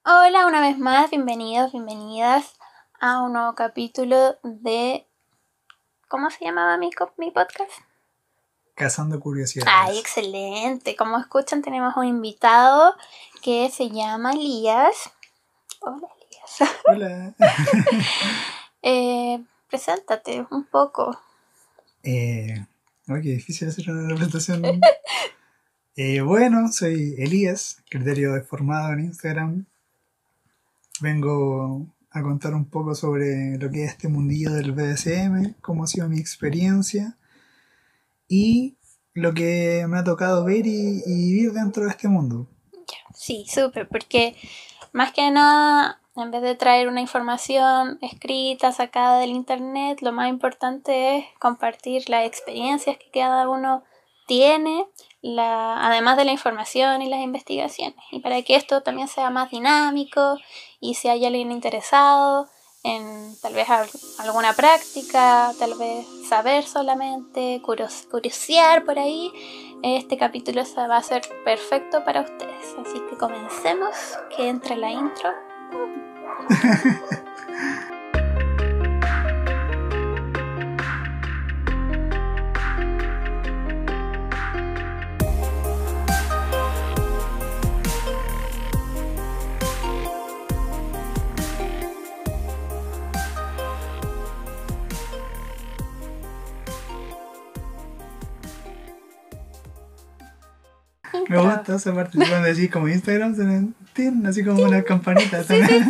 Hola, una vez más, bienvenidos, bienvenidas a un nuevo capítulo de... ¿Cómo se llamaba mi podcast? Cazando curiosidades. ¡Ay, excelente! Como escuchan, tenemos un invitado que se llama Elías. Hola, Elías. Hola. Preséntate un poco. Qué difícil hacer una presentación. Bueno, soy Elías, criterio deformado en Instagram. Vengo a contar un poco sobre lo que es este mundillo del BDSM, cómo ha sido mi experiencia y lo que me ha tocado ver y vivir dentro de este mundo. Sí, súper, porque más que nada, en vez de traer una información escrita, sacada del internet, lo más importante es compartir las experiencias que cada uno tiene, además de la información y las investigaciones. Y para que esto también sea más dinámico y si hay alguien interesado en tal vez alguna práctica, tal vez saber solamente, curiosear por ahí, este capítulo va a ser perfecto para ustedes. Así que comencemos, que entre la intro. Me gusta esa parte cuando decís como Instagram, tienen así como una campanita también.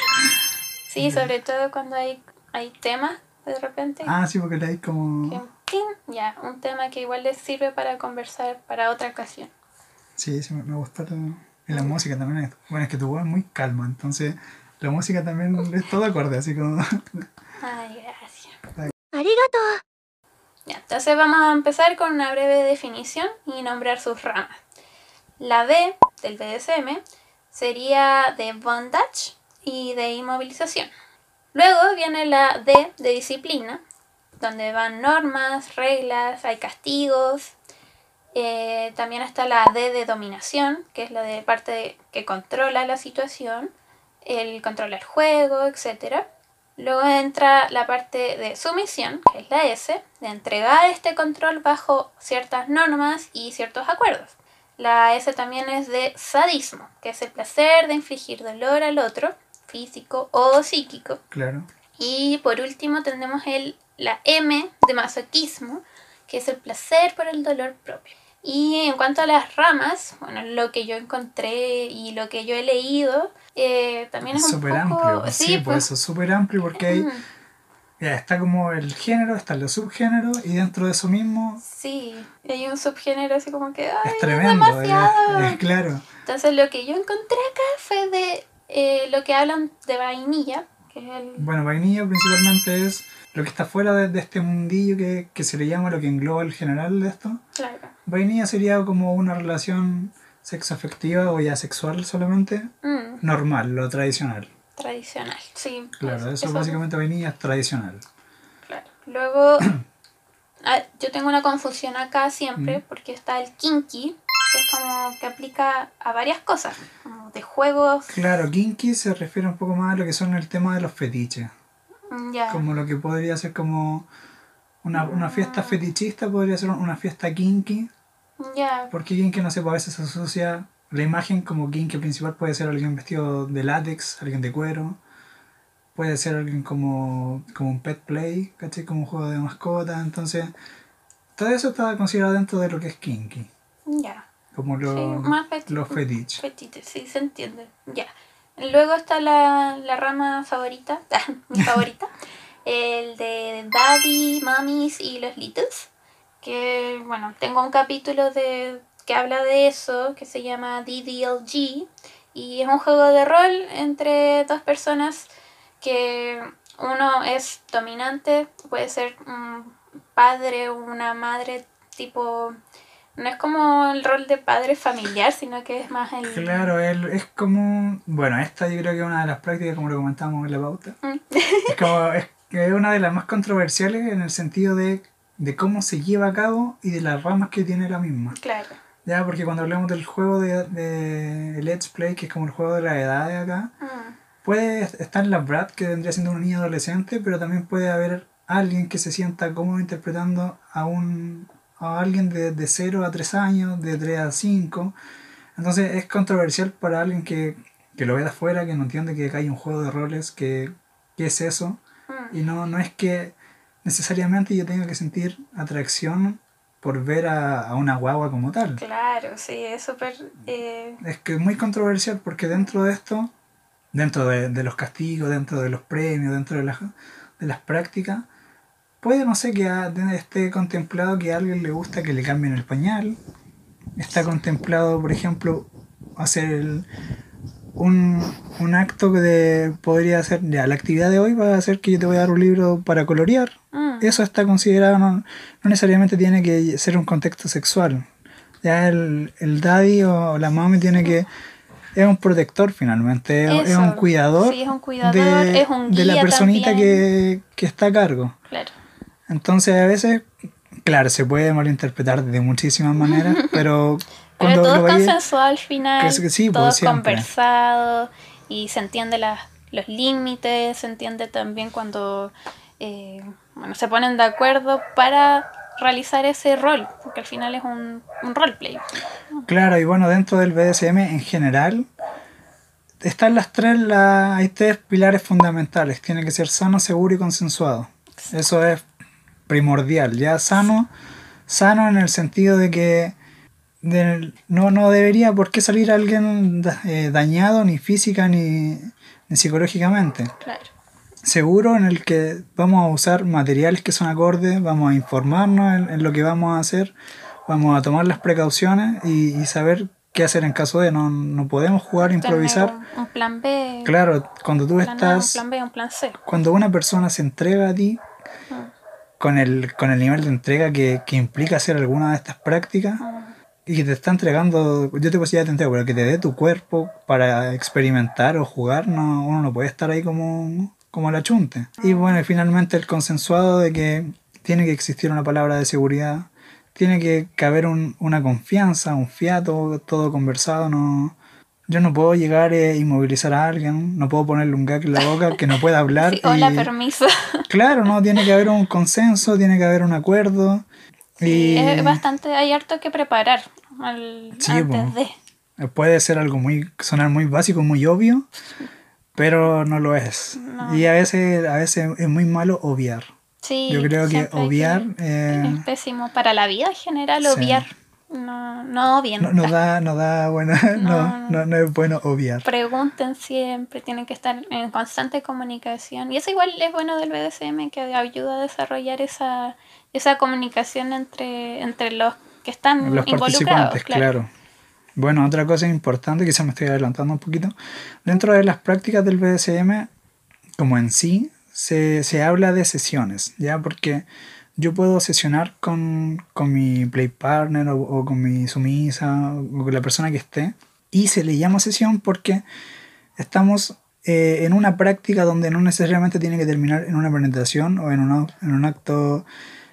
Sí, sobre todo cuando hay temas de repente. Ah, sí, porque le hay como... Ya, un tema que igual les sirve para conversar para otra ocasión. Sí, me gusta y la música también. Bueno, es que tu voz es muy calma, entonces la música también es todo acorde, así como... Ay, gracias. Arigato. Ya, entonces vamos a empezar con una breve definición y nombrar sus ramas. La B del BDSM sería de bondage y de inmovilización. Luego viene la D de disciplina, donde van normas, reglas, hay castigos. También está la D de dominación, que es la de parte que controla la situación, el controla el juego, etc. Luego entra la parte de sumisión, que es la S, de entregar este control bajo ciertas normas y ciertos acuerdos. La S también es de sadismo, que es el placer de infligir dolor al otro, físico o psíquico. Claro. Y por último tenemos la M de masoquismo, que es el placer por el dolor propio. Y en cuanto a las ramas, bueno, lo que yo encontré y lo que yo he leído, también es un súper poco... amplio. Sí, pues eso es súper amplio porque hay... Ya, está como el género, están los subgéneros y dentro de eso mismo... Sí, hay un subgénero así como que... ¡Ay, es tremendo! demasiado! Claro. Entonces lo que yo encontré acá fue de lo que hablan de vainilla, que es el... Bueno, vainilla principalmente es lo que está fuera de este mundillo que se le llama lo que engloba el general de esto. Claro. Vainilla sería como una relación sexoafectiva o ya sexual solamente, normal, lo tradicional. Tradicional, sí. Claro, eso básicamente vainilla es tradicional. Claro. Luego, yo tengo una confusión acá siempre porque está el kinky, que es como que aplica a varias cosas, como de juegos. Claro, kinky se refiere un poco más a lo que son el tema de los fetiches. Ya. Como lo que podría ser como una fiesta fetichista, podría ser una fiesta kinky. Ya. Porque kinky, no sé, pues a veces se asocia la imagen como kinky principal, puede ser alguien vestido de látex, alguien de cuero, puede ser alguien como un pet play, ¿cachai? Como un juego de mascota, entonces todo eso está considerado dentro de lo que es kinky. Ya. Como los fetiches. Fetiches, sí, se entiende. Ya. Luego está la rama favorita, mi favorita, el de Daddy, Mummies y los Littles. Que, bueno, tengo un capítulo que habla de eso, que se llama DDLG, y es un juego de rol entre dos personas que uno es dominante, puede ser un padre o una madre, tipo, no es como el rol de padre familiar, sino que es más el... Claro, es como... Bueno, esta yo creo que es una de las prácticas, como lo comentamos en la pauta. Es una de las más controversiales en el sentido de cómo se lleva a cabo y de las ramas que tiene la misma. Claro. Ya, porque cuando hablamos del juego de Let's Play, que es como el juego de la edad de acá, puede estar la Brat, que vendría siendo una niña adolescente, pero también puede haber alguien que se sienta cómodo interpretando a alguien de 0 a 3 años, de 3 a 5. Entonces es controversial para alguien que lo ve de afuera, que no entiende que acá hay un juego de roles, que es eso. Y no es que necesariamente yo tenga que sentir atracción por ver a una guagua como tal. Claro, sí, es súper... Es que es muy controversial porque dentro de esto, dentro de los castigos, dentro de los premios, dentro de las prácticas, puede, no sé, que esté contemplado que a alguien le gusta que le cambien el pañal. Está contemplado, por ejemplo, hacer un acto que podría ser, ya, la actividad de hoy va a ser que yo te voy a dar un libro para colorear. Eso está considerado, no necesariamente tiene que ser un contexto sexual. Ya el daddy o la mami tiene que... Es un protector finalmente, es un cuidador, sí, es un cuidador, es un guía de la personita también. Que está a cargo. Claro. Entonces a veces, claro, se puede malinterpretar de muchísimas maneras, pero cuando todo lo es consensuado al final, que sí, todo pues, es conversado y se entiende los límites, se entiende también cuando se ponen de acuerdo para realizar ese rol, porque al final es un roleplay. Claro, y bueno, dentro del BDSM en general están hay tres pilares fundamentales. Tiene que ser sano, seguro y consensuado. Eso es primordial. Ya sano en el sentido de que no debería por qué salir alguien dañado ni física ni psicológicamente. Claro. Seguro en el que vamos a usar materiales que son acordes, vamos a informarnos en lo que vamos a hacer, vamos a tomar las precauciones y saber qué hacer en caso de no podemos jugar, improvisar. Un plan B. Claro, cuando tú estás... Un plan B, un plan C. Cuando una persona se entrega a ti con el nivel de entrega que implica hacer alguna de estas prácticas y que te está entregando, yo te decía te entrego, pero que te dé tu cuerpo para experimentar o jugar, uno no puede estar ahí como la chunte. Y bueno, y finalmente el consensuado de que tiene que existir una palabra de seguridad, tiene que haber una confianza, un fiato, todo conversado. Yo no puedo llegar e inmovilizar a alguien, no puedo ponerle un gag en la boca que no pueda hablar. Sí, hola, permiso. Claro, no, tiene que haber un consenso, tiene que haber un acuerdo. Sí, es bastante, hay harto que preparar antes de. Puede ser algo sonar muy básico, muy obvio, pero no lo es. No. Y a veces es muy malo obviar. Sí, yo creo que obviar es pésimo para la vida en general, obviar. Sí. No obvien. No da bueno, no es bueno obviar. Pregunten siempre, tienen que estar en constante comunicación. Y eso igual es bueno del BDSM, que ayuda a desarrollar esa comunicación entre los que están los involucrados. Claro. Bueno, otra cosa importante, quizás me estoy adelantando un poquito, dentro de las prácticas del BDSM, como en sí, se habla de sesiones, ¿ya? Porque yo puedo sesionar con mi play partner o con mi sumisa o con la persona que esté, y se le llama sesión porque estamos en una práctica donde no necesariamente tiene que terminar en una penetración o en un acto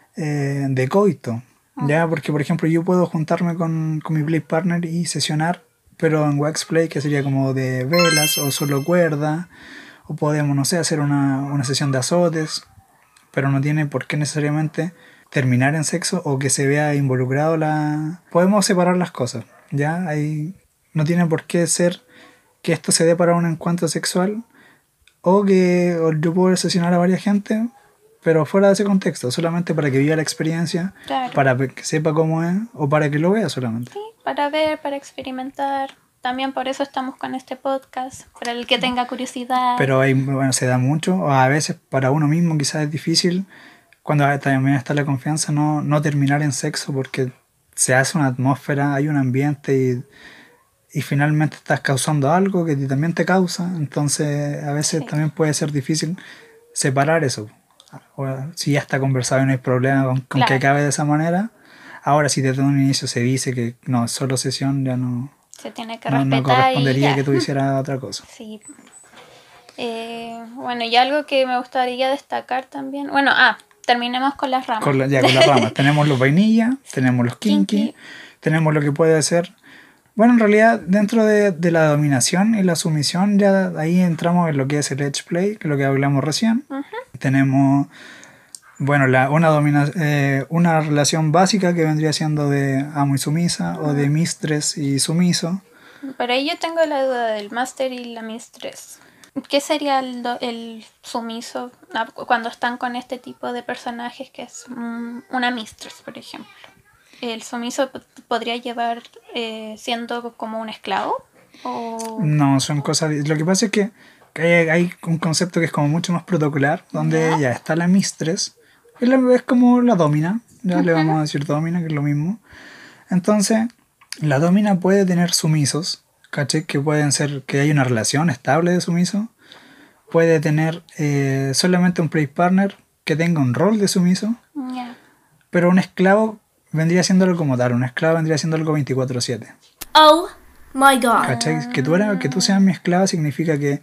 de coito. Ya, porque por ejemplo yo puedo juntarme con mi play partner y sesionar, pero en wax play, que sería como de velas o solo cuerda, o podemos, no sé, hacer una sesión de azotes, pero no tiene por qué necesariamente terminar en sexo o que se vea involucrado Podemos separar las cosas, ¿ya? No tiene por qué ser que esto se dé para un encuentro sexual o que yo puedo sesionar a varias gente, pero fuera de ese contexto, solamente para que viva la experiencia, claro, para que sepa cómo es o para que lo vea solamente. Sí, para ver, para experimentar. También por eso estamos con este podcast, para el que tenga curiosidad. Pero se da mucho, o a veces para uno mismo quizás es difícil, cuando también está la confianza, no terminar en sexo porque se hace una atmósfera, hay un ambiente y finalmente estás causando algo que también te causa, entonces a veces también puede ser difícil separar eso. O, si ya está conversado y no hay problema con claro, que acabe de esa manera. Ahora si desde un inicio se dice que no, solo sesión, ya no se tiene que respetar. No correspondería que tú hicieras otra cosa. Sí. Bueno, y algo que me gustaría destacar también. Bueno, terminemos con las ramas. Con las ramas. Tenemos los vainilla, tenemos los kinky, tenemos lo que puede ser... Bueno, en realidad, dentro de la dominación y la sumisión, ya ahí entramos en lo que es el edge play, que es lo que hablamos recién. Tenemos, bueno, una relación básica que vendría siendo de amo y sumisa, o de mistress y sumiso. Pero ahí yo tengo la duda del master y la mistress. ¿Qué sería el sumiso cuando están con este tipo de personajes que es una mistress, por ejemplo? ¿El sumiso podría llevar siendo como un esclavo? ¿O? No, son cosas... Lo que pasa es que hay un concepto que es como mucho más protocolar, donde ya está la mistress, que es como la domina, ya le vamos a decir domina, que es lo mismo. Entonces, la domina puede tener sumisos, ¿cachai? Que pueden ser que hay una relación estable de sumiso. Puede tener solamente un play partner que tenga un rol de sumiso. Pero un esclavo vendría siendo algo como tal. Un esclavo vendría siendo algo 24/7. Oh my god. ¿Cachai? Que tú seas mi esclava significa que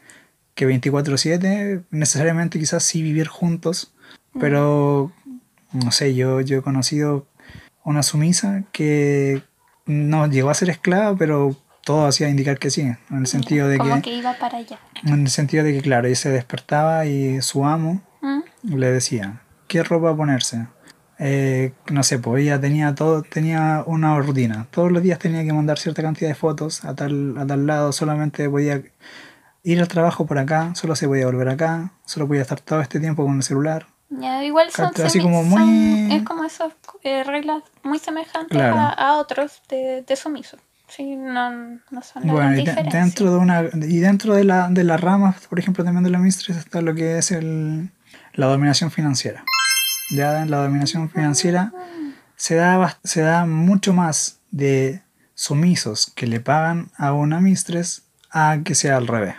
24/7, necesariamente quizás sí vivir juntos. Pero, no sé, yo he conocido una sumisa que no llegó a ser esclava, pero todo hacía indicar que sí, en el sentido de como que iba para allá. En el sentido de que, claro, ella se despertaba y su amo le decía qué ropa ponerse. No sé, pues ella tenía una rutina. Todos los días tenía que mandar cierta cantidad de fotos a tal lado, solamente podía ir al trabajo por acá, solo se podía volver acá, solo podía estar todo este tiempo con el celular. Ya, igual son así como muy... es como esas reglas muy semejantes a otros de sumiso. Sí, no son la gran diferencia. Dentro de la rama, por ejemplo, también de la mistress está lo que es la dominación financiera. Ya en la dominación financiera se da mucho más de sumisos que le pagan a una mistress a que sea al revés.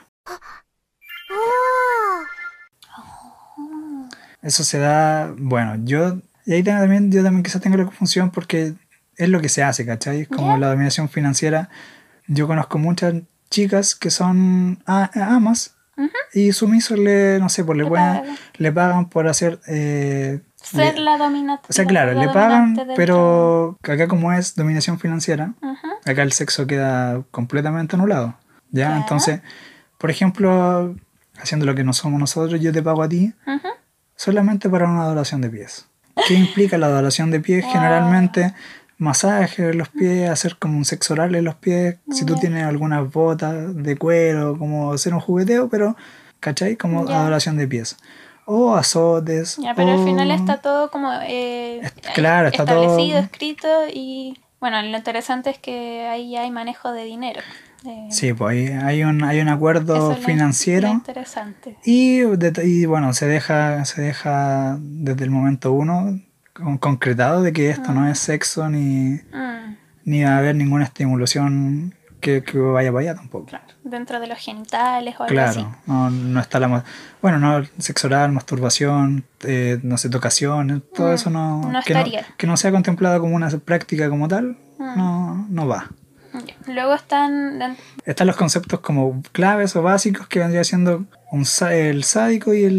Eso se da, bueno, yo también quizás tengo la confusión porque es lo que se hace, ¿cachai? Como la dominación financiera. Yo conozco muchas chicas que son amas y sumisos no sé, pues le pagan por hacer... ser la dominante. O sea, claro, le pagan, pero acá como es dominación financiera, acá el sexo queda completamente anulado. ¿Ya? Entonces, por ejemplo, haciendo lo que no somos nosotros, yo te pago a ti solamente para una adoración de pies. ¿Qué implica la adoración de pies? Generalmente masaje en los pies, hacer como un sexo oral en los pies, si tú tienes algunas botas de cuero, como hacer un jugueteo, pero, ¿cachai? Como adoración de pies. O azotes. Pero al final está todo como está establecido, todo... escrito y bueno, lo interesante es que ahí hay manejo de dinero. Sí, pues hay un acuerdo financiero. Lo interesante. Y bueno, se deja desde el momento uno concretado de que esto no es sexo ni va a haber ninguna estimulación que vaya para allá tampoco. Claro, dentro de los genitales o algo así. Claro, no está sexo oral, masturbación, no sé, tocación, todo eso no estaría. Que no sea contemplado como una práctica como tal, no va. Luego están los conceptos como claves o básicos que vendría siendo el sádico y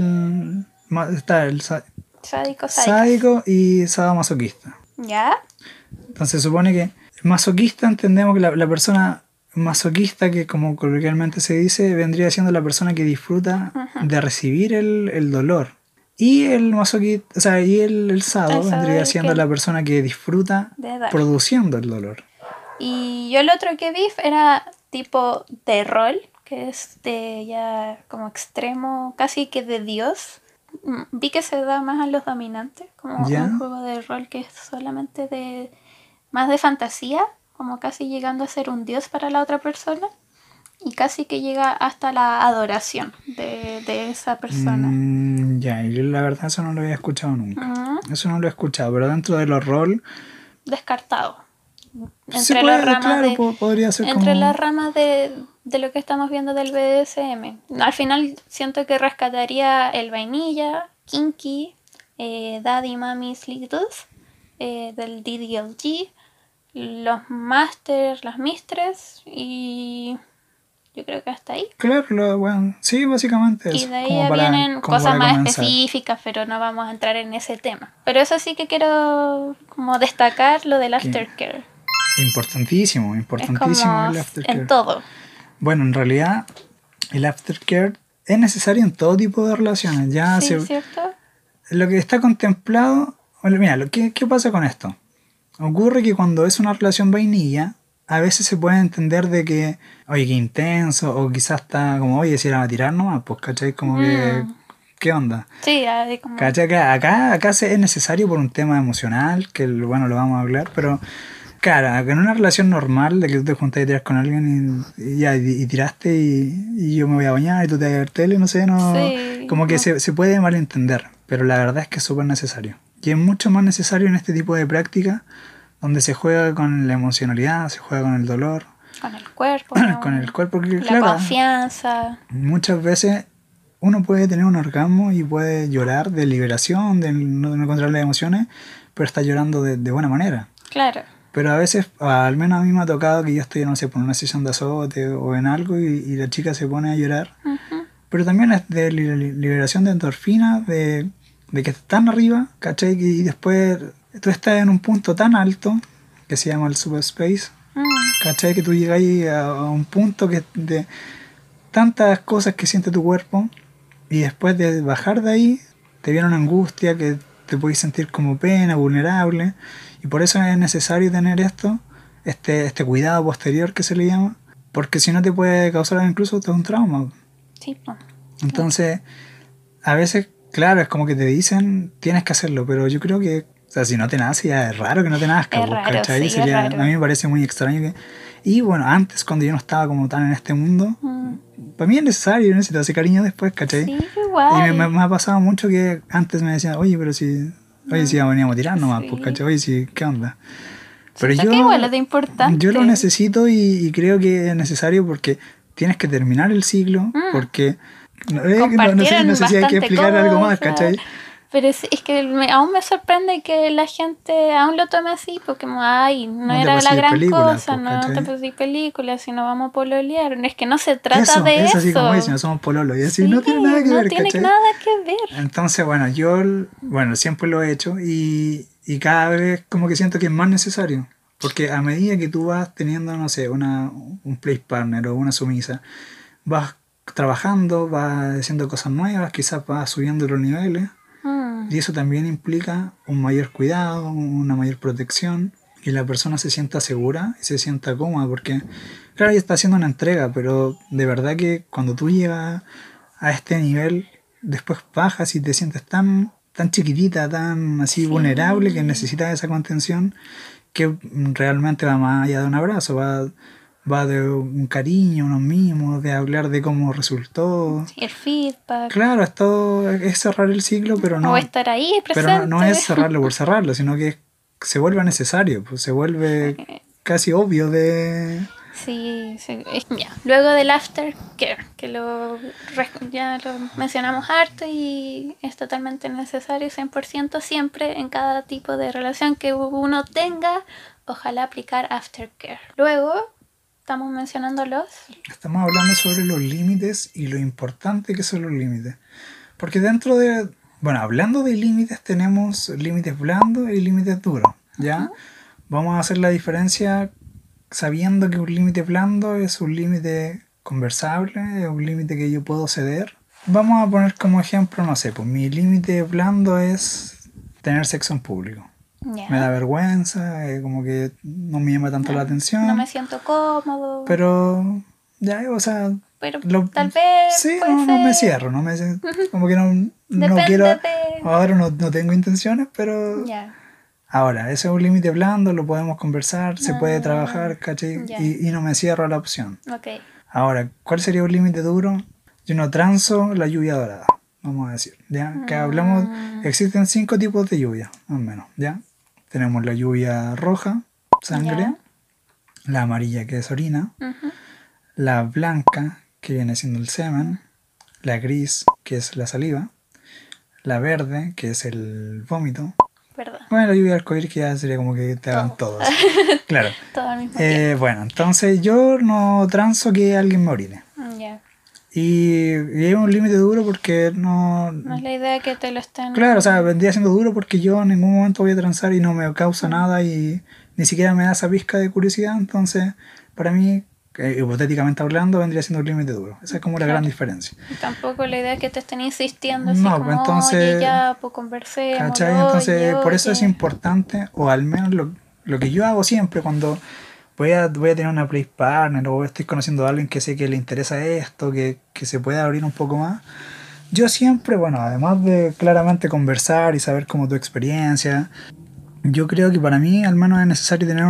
sádico y sadomasoquista. ¿Ya? Entonces se supone que masoquista, entendemos que la persona masoquista, que como coloquialmente se dice, vendría siendo la persona que disfruta de recibir el dolor. Y el masoquista, o sea, y el sado vendría siendo la persona que disfruta produciendo el dolor. Y yo el otro que vi era tipo de rol, que es de ya como extremo, casi que de dios. Vi que se da más a los dominantes, como un juego de rol que es solamente más de fantasía, como casi llegando a ser un dios para la otra persona. Y casi que llega hasta la adoración de esa persona. Y la verdad eso no lo había escuchado nunca. Eso no lo he escuchado, pero dentro de los rol... Descartado. Entre las ramas podría ser entre las ramas de lo que estamos viendo del BDSM. Al final siento que rescataría el vainilla, kinky, daddy, mommy, sweet tooth, del DDLG, los masters, las mistress y yo creo que hasta ahí. Claro, bueno, sí, básicamente eso. Y de ahí ya vienen cosas más específicas, pero no vamos a entrar en ese tema. Pero eso sí que quiero como destacar lo del aftercare. Importantísimo el aftercare. En todo. Bueno, en realidad el aftercare es necesario en todo tipo de relaciones. Ya sí, ¿cierto? Lo que está contemplado... Bueno, mira, ¿qué pasa con esto? Ocurre que cuando es una relación vainilla, a veces se puede entender de que, oye, qué intenso, o quizás está como, oye, si era a tirar nomás, pues, ¿cachai? Como que, ¿qué onda? Sí, como... ¿Cachai? Acá es necesario por un tema emocional, que bueno, lo vamos a hablar, pero claro, en una relación normal de que tú te juntas y tiras con alguien y tiraste y yo me voy a bañar y tú te vas a ver tele, no sé, no... Sí, como que se puede malentender, pero la verdad es que es súper necesario. Y es mucho más necesario en este tipo de práctica donde se juega con la emocionalidad, se juega con el dolor. Con el cuerpo. Con el cuerpo, porque, la claro, confianza. Muchas veces uno puede tener un orgasmo y puede llorar de liberación, de no controlar las emociones, pero está llorando de buena manera. Claro. Pero a veces, al menos a mí me ha tocado que yo estoy, no sé, por una sesión de azote o en algo y la chica se pone a llorar. Uh-huh. Pero también es de liberación de endorfina, de que estás tan arriba, ¿cachai? Y después tú estás en un punto tan alto que se llama el subspace, ¿cachai? Que tú llegas ahí a un punto que de tantas cosas que siente tu cuerpo y después de bajar de ahí te viene una angustia que te puedes sentir como pena, vulnerable, y por eso es necesario tener este cuidado posterior que se le llama, porque si no te puede causar incluso un trauma. Sí, pues. Entonces, a veces, claro, es como que te dicen tienes que hacerlo, pero yo creo que, o sea, si no te nace ya es raro que no te nazca, es raro, ¿cachai? sí, es raro. A mí me parece muy extraño que... Y bueno, antes, cuando yo no estaba como tan en este mundo, para mí es necesario, yo necesito ese cariño después, ¿cachai? Sí, igual. Y me ha pasado mucho que antes me decían, oye, pero si ya veníamos a tirar nomás, pues, ¿cachai? Oye, si, ¿qué onda? Pero que igual es de importante. Yo lo necesito y creo que es necesario porque tienes que terminar el ciclo, porque... no sé si hay que explicar algo más, ¿cachai? Pero es que aún me sorprende que la gente aún lo tome así, porque ay, no era la gran cosa, no te pusiste películas, si no vamos a pololear. Es que no se trata de eso. Es así como dicen, somos pololo, y así no tiene nada que ver, ¿cachai? No tiene nada que ver. Entonces, bueno, yo siempre lo he hecho y cada vez como que siento que es más necesario. Porque a medida que tú vas teniendo, no sé, un play partner o una sumisa, vas trabajando, vas haciendo cosas nuevas, quizás vas subiendo los niveles. Y eso también implica un mayor cuidado, una mayor protección, que la persona se sienta segura y se sienta cómoda, porque claro, ella está haciendo una entrega, pero de verdad que cuando tú llegas a este nivel, después bajas y te sientes tan chiquitita, tan así vulnerable, que necesitas esa contención, que realmente va más allá de un abrazo, va de un cariño, unos mimos, de hablar de cómo resultó. Sí, el feedback. Claro, esto es cerrar el ciclo, pero no... O estar ahí presente. Pero no es cerrarlo por cerrarlo, sino que se vuelve necesario, pues se vuelve casi obvio de... Sí. Ya. Luego del aftercare, que ya lo mencionamos harto y es totalmente necesario, 100% siempre en cada tipo de relación que uno tenga, ojalá aplicar aftercare. Luego... Estamos hablando sobre los límites y lo importante que son los límites. Porque dentro de... Bueno, hablando de límites, tenemos límites blandos y límites duros, ¿ya? Uh-huh. Vamos a hacer la diferencia sabiendo que un límite blando es un límite conversable, es un límite que yo puedo ceder. Vamos a poner como ejemplo, no sé, pues mi límite blando es tener sexo en público. Yeah. Me da vergüenza, como que no me llama tanto la atención. No me siento cómodo. Pero, ya, o sea... Pero tal vez... Sí, no me cierro, como que no quiero... Ahora no tengo intenciones, pero... Yeah. Ahora, ese es un límite blando, lo podemos conversar, se puede trabajar, ¿cachai? Yeah. Y no me cierro a la opción. Okay. Ahora, ¿cuál sería un límite duro? Yo no transo la lluvia dorada, vamos a decir, ¿ya? Que hablamos... Existen 5 tipos de lluvia, más o menos, ¿ya? Tenemos la lluvia roja, sangre, la amarilla, que es orina, la blanca, que viene siendo el semen, la gris, que es la saliva, la verde, que es el vómito. Perdón. Bueno, la lluvia arcoíris que ya sería como que te hagan todos. Claro. Todo al mismo tiempo. Bueno, entonces yo no transo que alguien me orine. Y es un límite duro porque no es la idea que te lo estén... Claro, o sea, vendría siendo duro porque yo en ningún momento voy a transar y no me causa nada y ni siquiera me da esa pizca de curiosidad, entonces para mí, hipotéticamente hablando, vendría siendo un límite duro. Esa es como la gran diferencia. Y tampoco la idea es que te estén insistiendo así no, como, pues entonces, oye, ya, pues conversemos. ¿cachai? Entonces, por eso es importante, o al menos lo que yo hago siempre cuando voy a tener una play partner o estoy conociendo a alguien que sé que le interesa esto, que se puede abrir un poco más. Yo siempre, bueno, además de claramente conversar y saber como tu experiencia, yo creo que para mí al menos es necesario tener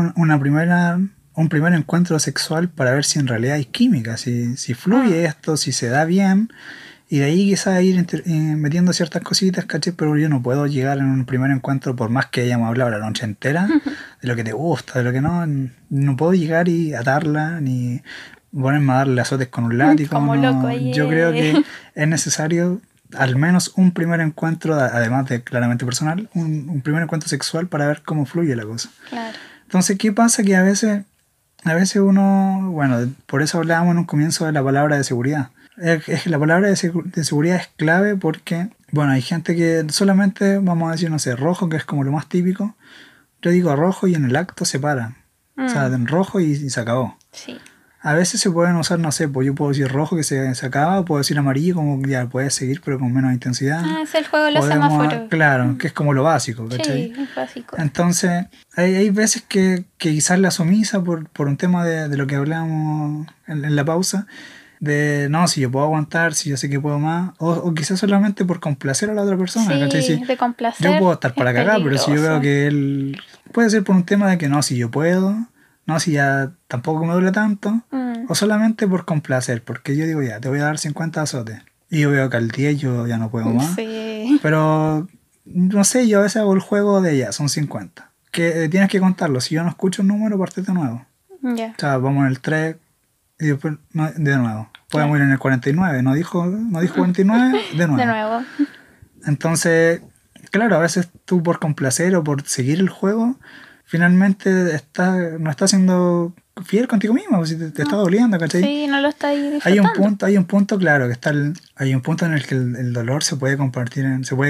un primer encuentro sexual para ver si en realidad hay química, si fluye esto, si se da bien, y de ahí quizás ir metiendo ciertas cositas, ¿cachai? Pero yo no puedo llegar en un primer encuentro, por más que hayamos hablado la noche entera, de lo que te gusta, de lo que no puedo llegar y atarla, ni ponerme a darle azotes con un látigo. Como loco, yo creo que es necesario al menos un primer encuentro, además de claramente personal, un primer encuentro sexual para ver cómo fluye la cosa. Claro. Entonces, ¿qué pasa? Que a veces uno, bueno, por eso hablábamos en un comienzo de la palabra de seguridad. La palabra de seguridad es clave porque, bueno, hay gente que solamente, vamos a decir, no sé, rojo, que es como lo más típico. Yo digo rojo y en el acto se para. O sea, en rojo y se acabó. Sí. A veces se pueden usar, no sé, pues yo puedo decir rojo que se acaba, o puedo decir amarillo como ya puedes seguir pero con menos intensidad. Es el juego de los semáforos. Claro, que es como lo básico, ¿cachai? Sí, es básico. Entonces, hay veces que quizás la sumisa por un tema de lo que hablábamos en la pausa, de no, si yo puedo aguantar, si yo sé que puedo más, o quizás solamente por complacer a la otra persona, sí, ¿cachai? Si de complacer. yo puedo estar para cagar, pero si yo veo que él puede ser por un tema de que no, si yo puedo, no, si ya tampoco me duele tanto, o solamente por complacer, porque yo digo ya, te voy a dar 50 azotes, y yo veo que al 10 yo ya no puedo más, sí. Pero no sé, yo a veces hago el juego de ya, son 50, que tienes que contarlo, si yo no escucho un número, parte de nuevo. Ya. O sea, vamos en el 3 y después de nuevo. Podemos ir en el 49, no dijo 49, de nuevo. De nuevo. Entonces, claro, a veces tú por complacer o por seguir el juego, finalmente no estás siendo fiel contigo mismo, si te está doliendo, ¿cachai? Sí, no lo estás disfrutando. Hay un punto, claro, que hay un punto en el que el dolor se puede compartir,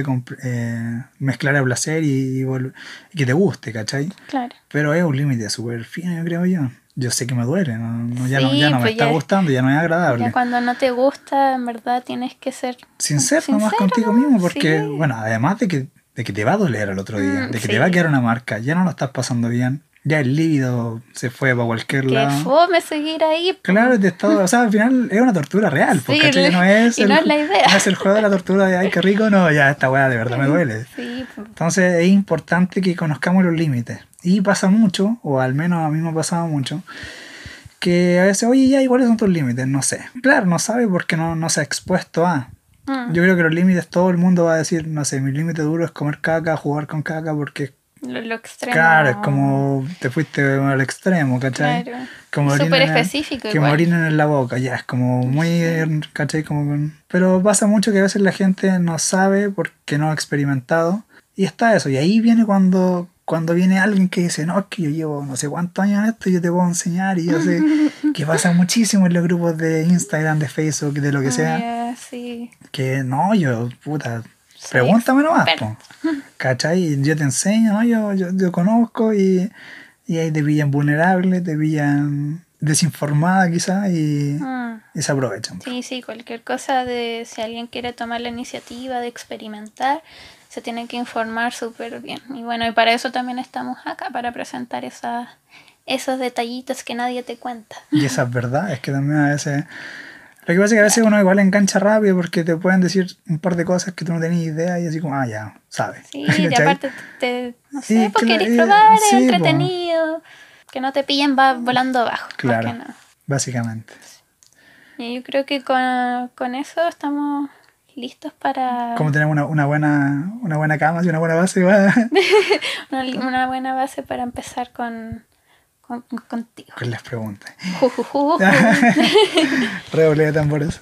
mezclar a placer y que te guste, ¿cachai? Claro. Pero es un límite súper fino, creo yo. Yo sé que me duele, ya no me está gustando, ya no es agradable. Ya cuando no te gusta, en verdad tienes que ser sincero nomás contigo mismo, porque, bueno, además de que te va a doler al otro día, de que te va a quedar una marca, ya no lo estás pasando bien, ya el líbido se fue para cualquier lado. Que fome seguir ahí. Claro, o sea, al final es una tortura real, porque no es la idea. No es el juego de la tortura de ay, qué rico, no, ya esta weá de verdad me duele. Sí, Entonces es importante que conozcamos los límites. Y pasa mucho, o al menos a mí me ha pasado mucho, que a veces, oye, ya, ¿y cuáles son tus límites? No sé. Claro, no sabe porque no se ha expuesto a. Yo creo que los límites, todo el mundo va a decir, no sé, mi límite duro es comer caca, jugar con caca, porque lo extremo. Claro, es como te fuiste al extremo, ¿cachai? Claro. Como súper específico. Que me orinen en la boca, ya, es como muy, ¿cachai? Pero pasa mucho que a veces la gente no sabe porque no ha experimentado. Y está eso, y ahí viene cuando viene alguien que dice, no, es que yo llevo no sé cuántos años en esto y yo te puedo enseñar, y yo sé que pasa muchísimo en los grupos de Instagram, de Facebook, de lo que sea. Sí. Que no, puta, pregúntame nomás, ¿cachai? Y yo te enseño, ¿no? Yo conozco y ahí te pillan vulnerable, te pillan desinformada quizás y se aprovechan. Sí, cualquier cosa de si alguien quiere tomar la iniciativa de experimentar, se tiene que informar súper bien. Y bueno, y para eso también estamos acá, para presentar esos detallitos que nadie te cuenta. Y esas verdades que también a veces... Lo que pasa es que a veces uno igual engancha rápido porque te pueden decir un par de cosas que tú no tenías idea y así como, ya, sabes. Sí, y aparte no sé, porque querés probar, es entretenido, que no te pillen volando abajo. Claro, básicamente. Y yo creo que con eso estamos listos para... Como tener una buena cama y una buena base. una buena base para empezar contigo. Con las preguntas. Redoble de tambores.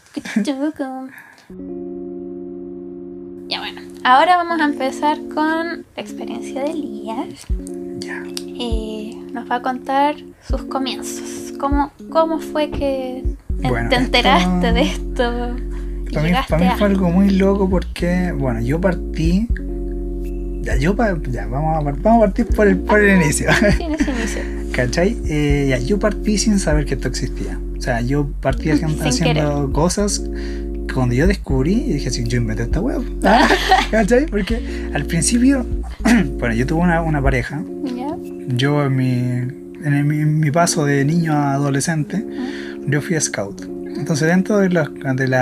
Ya bueno, ahora vamos a empezar con la experiencia de Elías. Ya. Nos va a contar sus comienzos. ¿Cómo fue que te enteraste de esto? Para mí fue algo muy loco porque, bueno, yo partí vamos a partir por el inicio. Tienes inicio. ¿Cachai? Yo partí sin saber que esto existía. O sea, yo partí haciendo cosas que cuando yo descubrí y dije así, yo inventé esta web. ¿Cachai? Porque al principio, bueno, yo tuve una pareja. ¿Ya? Yo en mi paso de niño a adolescente, yo fui scout. Entonces dentro de lo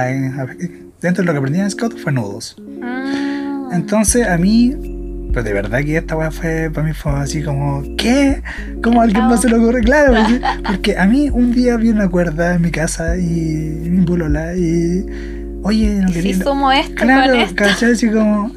que aprendí en scout fue nudos. Entonces a mí, pues de verdad que esta weá para mí fue así como, ¿qué? ¿Cómo a alguien más se le ocurre? Claro, porque a mí un día vi una cuerda en mi casa y mi polola y, oye, no quería... Si sumo esto claro, con esto. ¿cachai? Así como,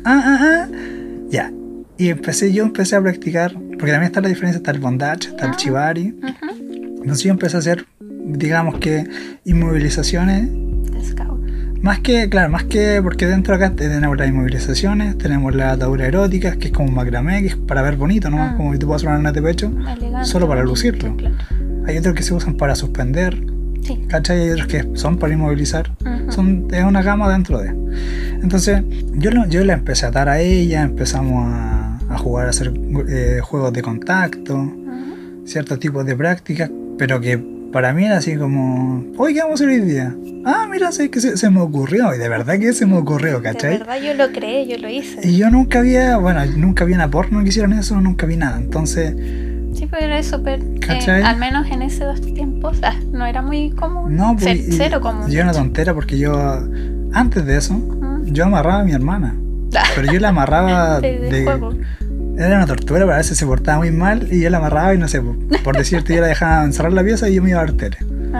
ya. Y empecé a practicar, porque también está la diferencia, está el bondage, está el shibari. Entonces yo empecé a hacer, digamos que, inmovilizaciones. Scout. Más que porque dentro acá tenemos las inmovilizaciones, tenemos la atadura erótica, que es como un macramé, que es para ver bonito, ¿no? Como que tú puedes hacer una arnés de pecho, Elegante, solo para lucirlo. Claro. Hay otros que se usan para suspender, Sí. ¿cachai? Hay otros que son para inmovilizar. Es una gama dentro de. Entonces, yo la empecé a atar a ella, empezamos a jugar, a hacer juegos de contacto, ciertos tipos de prácticas, pero que para mí era así como, oye, ¿qué vamos a hacer hoy día? Mira, sé que se me ocurrió, y de verdad que se me ocurrió, ¿cachai? De verdad yo lo creé, yo lo hice. Y yo nunca vi una porno que hicieron eso, nunca vi nada, entonces... Sí, pero era súper, ¿cachai? al menos en esos tiempos, no era muy común. No, pues, cero común. Yo una tontera porque yo, antes de eso, yo amarraba a mi hermana, pero yo la amarraba de juego. Era una tortura, pero a veces se portaba muy mal y yo la amarraba y no sé, por decirte, yo la dejaba encerrar la pieza y yo me iba a ver tele.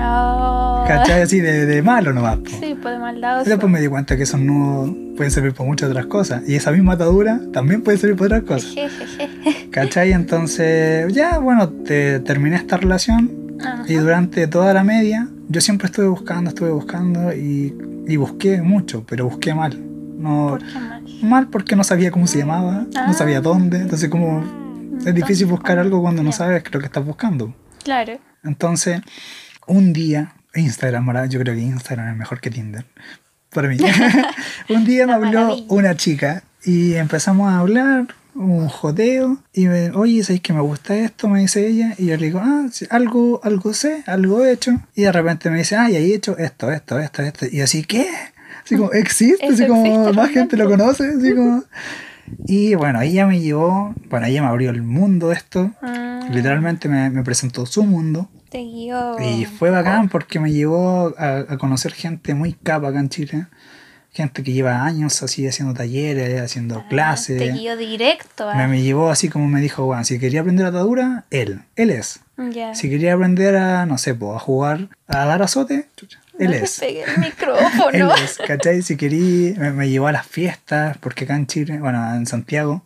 Oh. ¿Cachai? Así de malo nomás, po. Sí, pues de maldad. Y después me di cuenta que esos nudos pueden servir para muchas otras cosas. Y esa misma atadura también puede servir para otras cosas. ¿Cachai? Entonces, ya, bueno, terminé esta relación. Y durante toda la media, yo siempre estuve buscando y busqué mucho, pero busqué mal. No, ¿Por qué mal? Mal porque no sabía cómo se llamaba, no sabía dónde. Entonces, como es difícil buscar algo cuando no sabes lo que estás buscando. Claro. Entonces, un día, Instagram, ¿verdad? Yo creo que Instagram es mejor que Tinder, para mí. Un día me habló una chica y empezamos a hablar, un joteo, y oye, ¿sabes que me gusta esto? Me dice ella, y yo le digo, sí, algo sé, algo he hecho, y de repente me dice, y he hecho esto, y así, ¿qué? Así como, existe, así como existe, más gente lo conoce, así como... Y bueno, ella me abrió el mundo de esto, literalmente me presentó su mundo. Te guió. Y fue bacán porque me llevó a conocer gente muy capa acá en Chile. Gente que lleva años así haciendo talleres, haciendo clases. Te guió directo. Me llevó así como me dijo, bueno, si quería aprender atadura, él es. Yeah. Si quería aprender a, no sé, a jugar, a dar azote, él es. Pegué el micrófono. Él es, ¿cachai? Si quería, me llevó a las fiestas, porque acá en Chile, bueno, en Santiago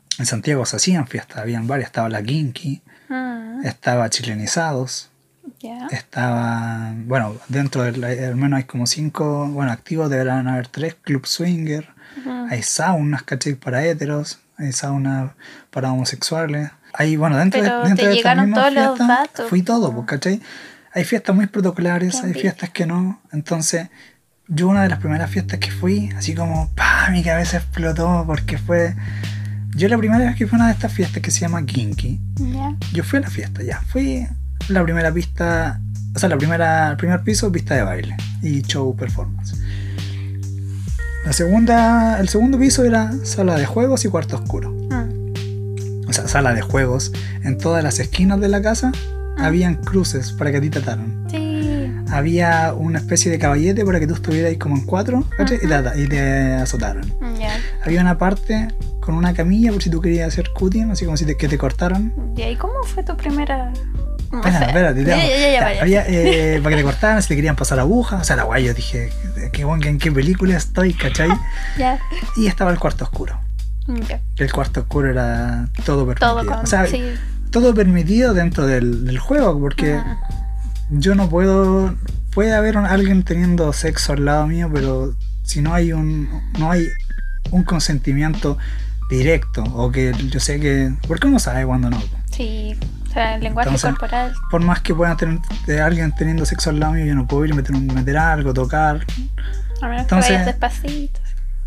se hacían fiestas, habían varias, estaba la Kinky, estaba Chilenizados. Yeah. Estaba, bueno, dentro del, al menos hay como 5, bueno, activos deberán haber 3, Club Swinger, hay saunas, ¿cachai? Para héteros, hay saunas para homosexuales, hay, bueno, dentro de estas mismas fiestas, fui todo, pues, ¿cachai? Hay fiestas muy protocolares, hay fiestas que no, entonces, yo una de las primeras fiestas que fui, así como, mi cabeza explotó, porque yo la primera vez que fui a una de estas fiestas que se llama Kinky, yo fui a la fiesta, fui... La primera pista, o sea, el primer piso, pista de baile y show performance. El segundo piso era sala de juegos y cuarto oscuro. O sea, sala de juegos. En todas las esquinas de la casa habían cruces para que a ti te ataran. Sí. Había una especie de caballete para que tú estuvieras ahí como en 4 y te azotaran. Había una parte con una camilla por si tú querías hacer cutting, así como que te cortaran. ¿Y ahí cómo fue tu primera...? Espérate, había para que te cortaran, si te querían pasar agujas, o sea, la guay, yo dije, ¿en qué película estoy, cachai? Y estaba el cuarto oscuro. El cuarto oscuro era todo permitido. Todo permitido dentro del juego, porque yo no puedo... Puede haber alguien teniendo sexo al lado mío, pero si no hay un consentimiento directo, o que yo sé que... Porque uno sabe cuando no. Sí. O sea, el lenguaje corporal. Por más que puedan tener alguien teniendo sexo al lado mío, yo no puedo ir a meter algo, tocar. A menos que vayas despacito.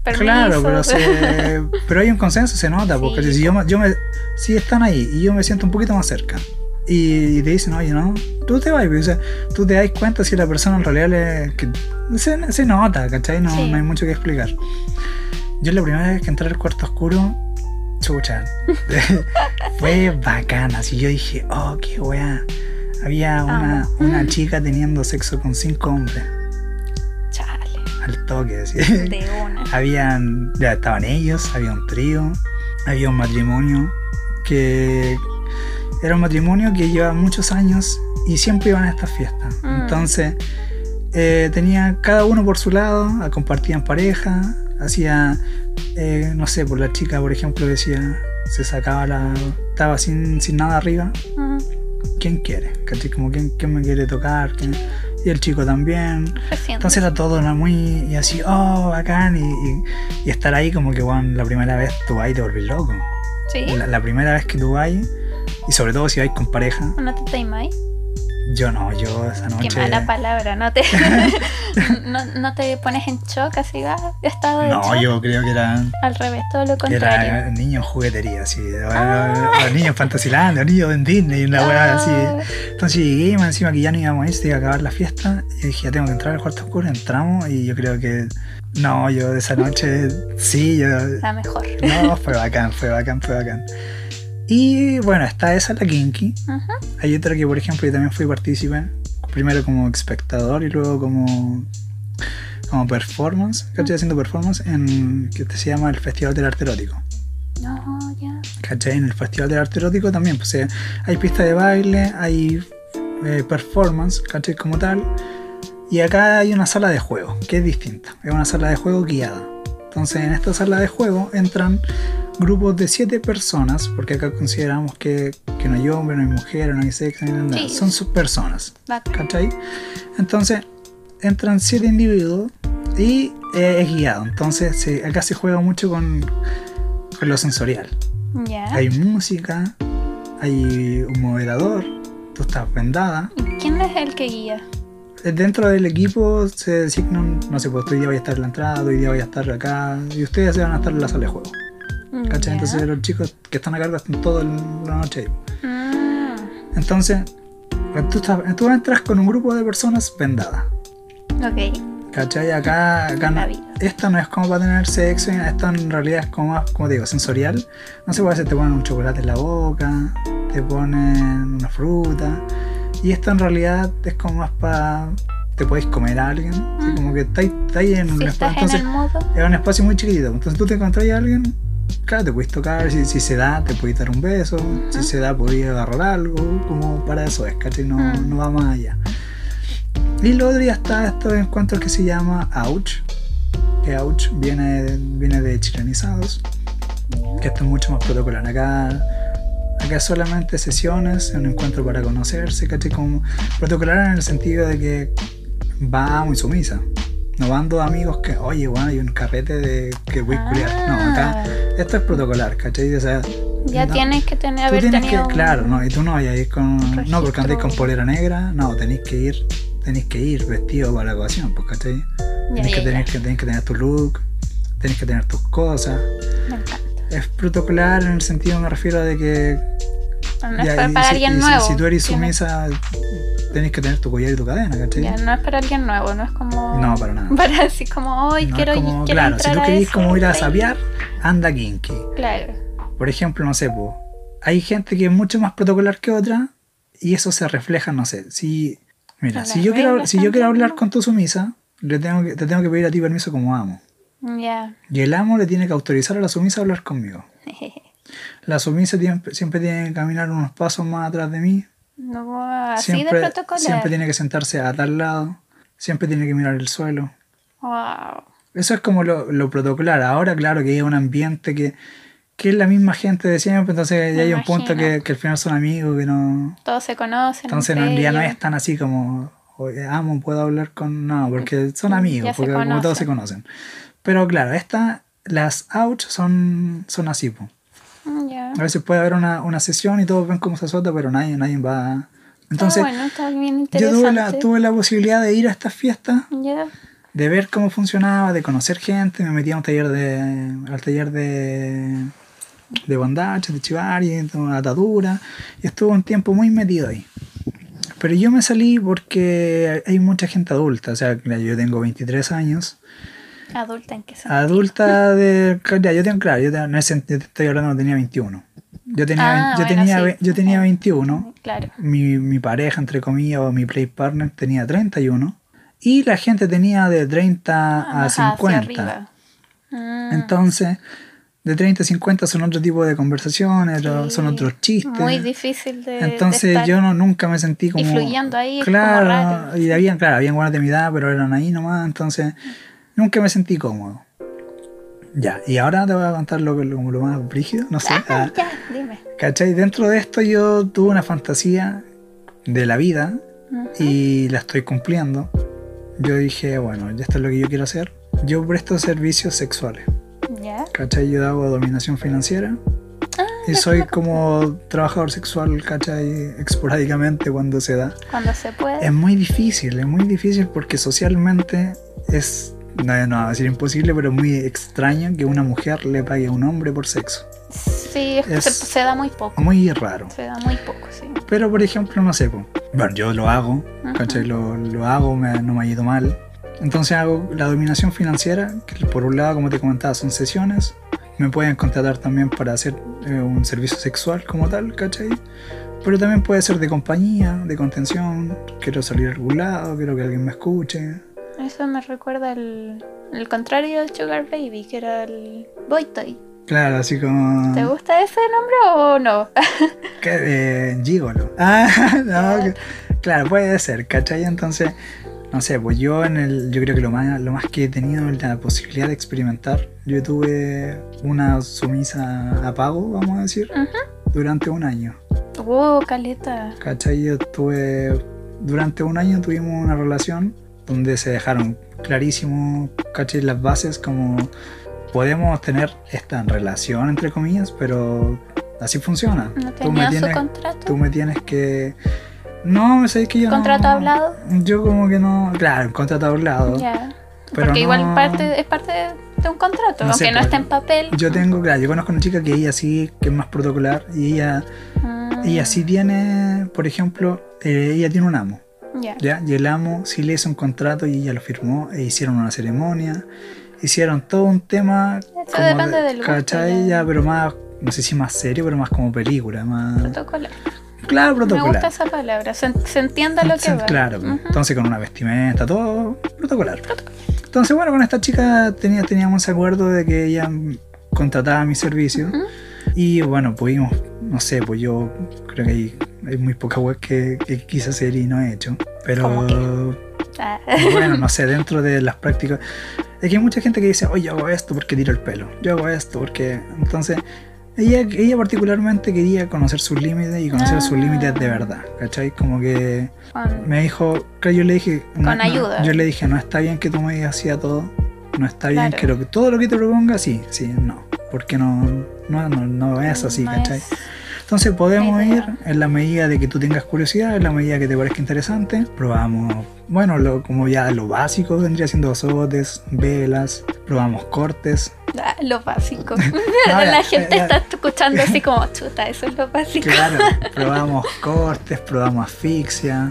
permiso. Claro, pero hay un consenso, se nota, porque Sí. si están ahí y yo me siento un poquito más cerca y te dicen, oye, no, tú te vas, o sea, tú te das cuenta si la persona en realidad se nota, ¿cachai? No, Sí. no hay mucho que explicar. Yo la primera vez que entré al cuarto oscuro, chucha, fue bacana, así yo dije, oh, qué weá. Había una chica teniendo sexo con 5 hombres, Chale, al toque, así. de una. Ya estaban ellos, había un trío, había un matrimonio que era un matrimonio que llevaba muchos años y siempre iban a estas fiestas. Entonces tenía cada uno por su lado, compartían pareja, hacía, no sé, por la chica, por ejemplo, decía, se sacaba estaba sin nada arriba. ¿Quién quiere? ¿Cachai? Como ¿quién me quiere tocar? Y el chico también. Entonces era todo muy... Y así, oh, bacán. Y estar ahí como que, bueno, la primera vez tú vas y te volvés loco. ¿Sí? La primera vez que tú vas, y sobre todo si vais con pareja. ¿No te taimáis? Yo esa noche... Qué mala palabra, ¿no te, no te pones en shock así, estado de No, shock? yo creo que eran... Al revés, todo lo contrario. Era niños en juguetería, así. Los niños en Fantasyland, los niños en Disney, una weá así. Entonces llegué y encima que ya no íbamos a ir, se iba a acabar la fiesta. Y dije, ya tengo que entrar al cuarto oscuro. Entramos y yo creo que... No, yo de esa noche... Sí, yo... La mejor. No, fue bacán. Y bueno, está esa, la Kinky. Hay otra que, por ejemplo, yo también fui partícipe. Primero como espectador y luego como performance. ¿Cachai? Haciendo performance en que se llama el Festival del Arte Erótico. No, ya. ¿Cachai? En el Festival del Arte Erótico también, pues hay pista de baile, hay performance, ¿cachai? Como tal. Y acá hay una sala de juego, que es distinta. Es una sala de juego guiada. Entonces en esta sala de juego entran grupos de 7 personas, porque acá consideramos que no hay hombre, no hay mujer, no hay sexo, ni nada. Sí. Son sus personas, Bacán. ¿cachai? Entonces entran 7 individuos y es guiado. Entonces acá se juega mucho con lo sensorial. Ya. Hay música, hay un moderador, tú estás vendada. ¿Y quién es el que guía? Dentro del equipo se designan, no sé, pues hoy día voy a estar en la entrada, hoy día voy a estar acá, y ustedes se van a estar en la sala de juego. ¿Cachai? Ya. Entonces los chicos que están a cargo están toda la noche ahí. Entonces, tú entras con un grupo de personas vendadas. Ok. ¿Cachai? Acá esta no es como para tener sexo, esta en realidad es como más, como digo, sensorial. No sé, puede hacer, te ponen un chocolate en la boca, te ponen una fruta. Y esto en realidad es como más para... Te podéis comer a alguien, así como que estáis en un espacio. Entonces, en el modo. es un espacio muy chiquitito. Entonces tú te encontrás a alguien, claro, te podéis tocar, si se da, te podéis dar un beso, si se da, podéis agarrar algo, como para eso es, ¿cachai? No va más allá. Y luego ya está estos encuentros que se llama Ouch, que Ouch viene de chilenizados, que esto es mucho más protocolar. Acá solamente sesiones, un encuentro para conocerse, ¿cachai? Como protocolar en el sentido de que va muy sumisa. No van dos amigos que, oye, bueno, hay un carrete de que voy a culiar. No, acá esto es protocolar, ¿cachai? O sea, Ya no, tienes que tener, tú haber tienes tenido que, claro, no, y tú no vayas a ir con, no, porque andáis con polera negra, no, tenéis que ir vestido para la ocasión, pues, ¿cachai? Tenés que tener tu look, tenés que tener tus cosas. Me encanta. Es protocolar en el sentido, me refiero a de que No es para alguien nuevo. Si tú eres sumisa, tenés que tener tu collar y tu cadena, ¿cachai? Ya, no es para alguien nuevo, no es como... No, para nada. Para así como, hoy No quiero, es como, quiero claro, entrar si tú a querés eso, como ir a ahí. sapear, anda kinky. Claro. Por ejemplo, no sé, po, hay gente que es mucho más protocolar que otra y eso se refleja, no sé, mira, Las si yo quiero reglas hablar también, con tu sumisa, te tengo que pedir a ti permiso como amo. Ya. Y el amo le tiene que autorizar a la sumisa a hablar conmigo. La sumisa siempre tiene que caminar unos pasos más atrás de mí. No, así Siempre, de protocolar. siempre tiene que sentarse a tal lado. Siempre tiene que mirar el suelo. Wow. Eso es como lo protocolar. Ahora, claro, que hay un ambiente que es la misma gente de siempre. Entonces ya hay un punto que al final son amigos, que no... Todos se conocen. Entonces entre ya no ellos. es tan así como... Oye, amo, puedo hablar con... No, porque son amigos, Ya se porque como todos conocen. se conocen. Pero claro, las ouch son así, po. Ya. A veces puede haber una sesión y todos ven cómo se suelta, pero nadie va... Entonces, Está bueno, está bien yo interesante. tuve la posibilidad de ir a estas fiestas, Ya. de ver cómo funcionaba, de conocer gente. Me metí a al taller de bondage, de chivari, de atadura, y estuve un tiempo muy metido ahí. Pero yo me salí porque hay mucha gente adulta. O sea, yo tengo 23 años. ¿Adulta en qué sentido? Adulta de... Yo en ese sentido te estoy hablando, tenía 21. Yo tenía 21. Claro. Mi pareja, entre comillas, o mi play partner tenía 31. Y la gente tenía de 30 a 50. Entonces, de 30 a 50 son otro tipo de conversaciones, son otros chistes. Muy difícil de Entonces estar yo nunca me sentí como... influyendo ahí, claro, como raro. Y habían buenas de mi edad, pero eran ahí nomás, entonces nunca me sentí cómodo. Ya, y ahora te voy a contar lo más brígido, no sé. Ya, dime. ¿Cachai? Dentro de esto yo tuve una fantasía de la vida y la estoy cumpliendo. Yo dije, bueno, ya esto es lo que yo quiero hacer. Yo presto servicios sexuales. ¿Ya? ¿Cachai? Yo hago dominación financiera. Y soy como trabajador sexual, ¿cachai? Esporádicamente cuando se da. Cuando se puede. Es muy difícil porque socialmente es, no voy a decir imposible, pero muy extraño que una mujer le pague a un hombre por sexo. Sí, se da muy poco. Muy raro. Se da muy poco, sí. Pero por ejemplo, no sé, bueno, yo lo hago, ¿cachai? Lo hago, no me ha ido mal. Entonces hago la dominación financiera, que por un lado, como te comentaba, son sesiones. Me pueden contratar también para hacer un servicio sexual como tal, ¿cachai? Pero también puede ser de compañía, de contención. Quiero salir a algún lado, quiero que alguien me escuche. Eso me recuerda el contrario del Sugar Baby, que era el Boy Toy. Claro, así como... ¿Te gusta ese nombre o no? Gigolo. No, claro, puede ser, ¿cachai? Entonces, no sé, pues yo creo que lo más que he tenido es la posibilidad de experimentar. Yo tuve una sumisa a pago, vamos a decir, durante un año. Caleta. ¿Cachai? Durante un año tuvimos una relación donde se dejaron clarísimo, ¿cachai? Las bases como podemos tener esta relación, entre comillas, pero así funciona. ¿No tenían su contrato? Tú me tienes que... No, sabes que yo ¿Contrato hablado? Yo como que no... Claro, contrato hablado. Ya. Pero porque no, igual es parte de un contrato, no aunque sé, no esté en papel. Yo conozco una chica que ella sí, que es más protocolar, y ella sí tiene, por ejemplo, ella tiene un amo. ¿Ya? Y el amo sí le hizo un contrato y ella lo firmó, e hicieron una ceremonia, hicieron todo un tema. Eso depende del gusto, ¿cachai? Ya, pero más, no sé si más serio, pero más como película, más... Protocolar. Claro, protocolar. Me gusta esa palabra, se entienda lo que va. Claro, entonces con una vestimenta, todo protocolar. Entonces, bueno, con esta chica teníamos ese acuerdo de que ella contrataba mi servicio. Y bueno, pudimos, no sé, pues yo creo que hay muy pocas webs que quise hacer y no he hecho. Pero bueno, no sé, dentro de las prácticas. Es que hay mucha gente que dice, oye, yo hago esto porque tiro el pelo. Yo hago esto porque... Entonces, ella particularmente quería conocer sus límites y conocer sus límites de verdad, ¿cachai? Como que me dijo, que yo le dije... Con ayuda. Yo le dije, no está bien que tú me digas así a todo. No está bien que todo lo que te proponga, sí, no. Porque no es así, ¿cachai? Entonces podemos ir en la medida de que tú tengas curiosidad, en la medida que te parezca interesante. Probamos, bueno, como ya lo básico vendría siendo azotes, velas, probamos cortes. Lo básico. La gente está escuchando así como, chuta, eso es lo básico. Claro, probamos cortes, probamos asfixia,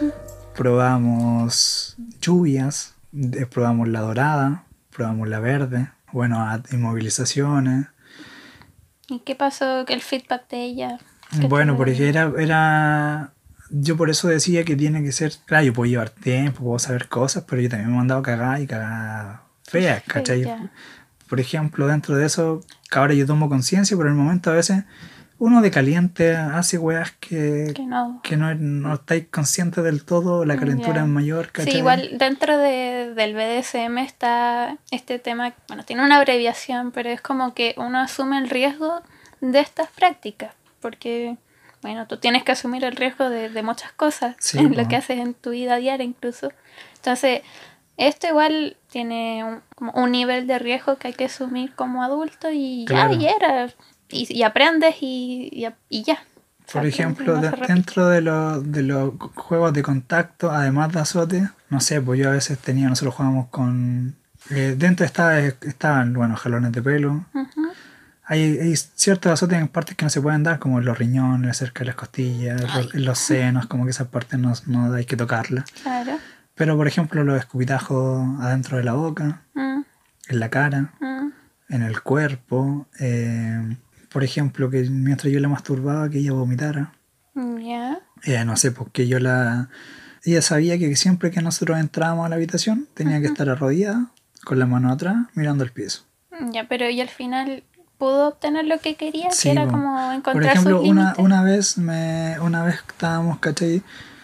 probamos lluvias, probamos la dorada, probamos la verde, bueno, inmovilizaciones. ¿Y qué pasó? ¿El feedback de ella? Bueno, porque era... Yo por eso decía que tiene que ser... Claro, yo puedo llevar tiempo, puedo saber cosas, pero yo también me he mandado cagar feas, ¿cachai? Por ejemplo, dentro de eso, que ahora yo tomo conciencia, pero en el momento a veces uno de caliente hace weas que no estáis conscientes del todo, la calentura es mayor, ¿cachai? Sí, igual dentro del BDSM está este tema, bueno, tiene una abreviación, pero es como que uno asume el riesgo de estas prácticas, porque, bueno, tú tienes que asumir el riesgo de muchas cosas, en lo que haces en tu vida diaria incluso. Entonces, esto igual tiene un nivel de riesgo que hay que asumir como adulto y aprendes y ya. Por ejemplo, dentro de los juegos de contacto, además de azote, no sé, pues yo a veces nosotros jugábamos con... dentro estaban, bueno, jalones de pelo. Ujú. Hay ciertos azotes en partes que no se pueden dar, como en los riñones, cerca de las costillas, en los senos, como que esas partes no hay que tocarlas. Claro. Pero, por ejemplo, los escupitajos adentro de la boca, en la cara, en el cuerpo. Por ejemplo, que mientras yo la masturbaba, que ella vomitara. Ya. No sé, porque ella sabía que siempre que nosotros entrábamos a la habitación, tenía que estar arrodillada, con la mano atrás, mirando el piso. Ya, pero ella al final pudo obtener lo que quería, Sí, que era como encontrar por ejemplo, sus límites. una vez estábamos, ¿cachai?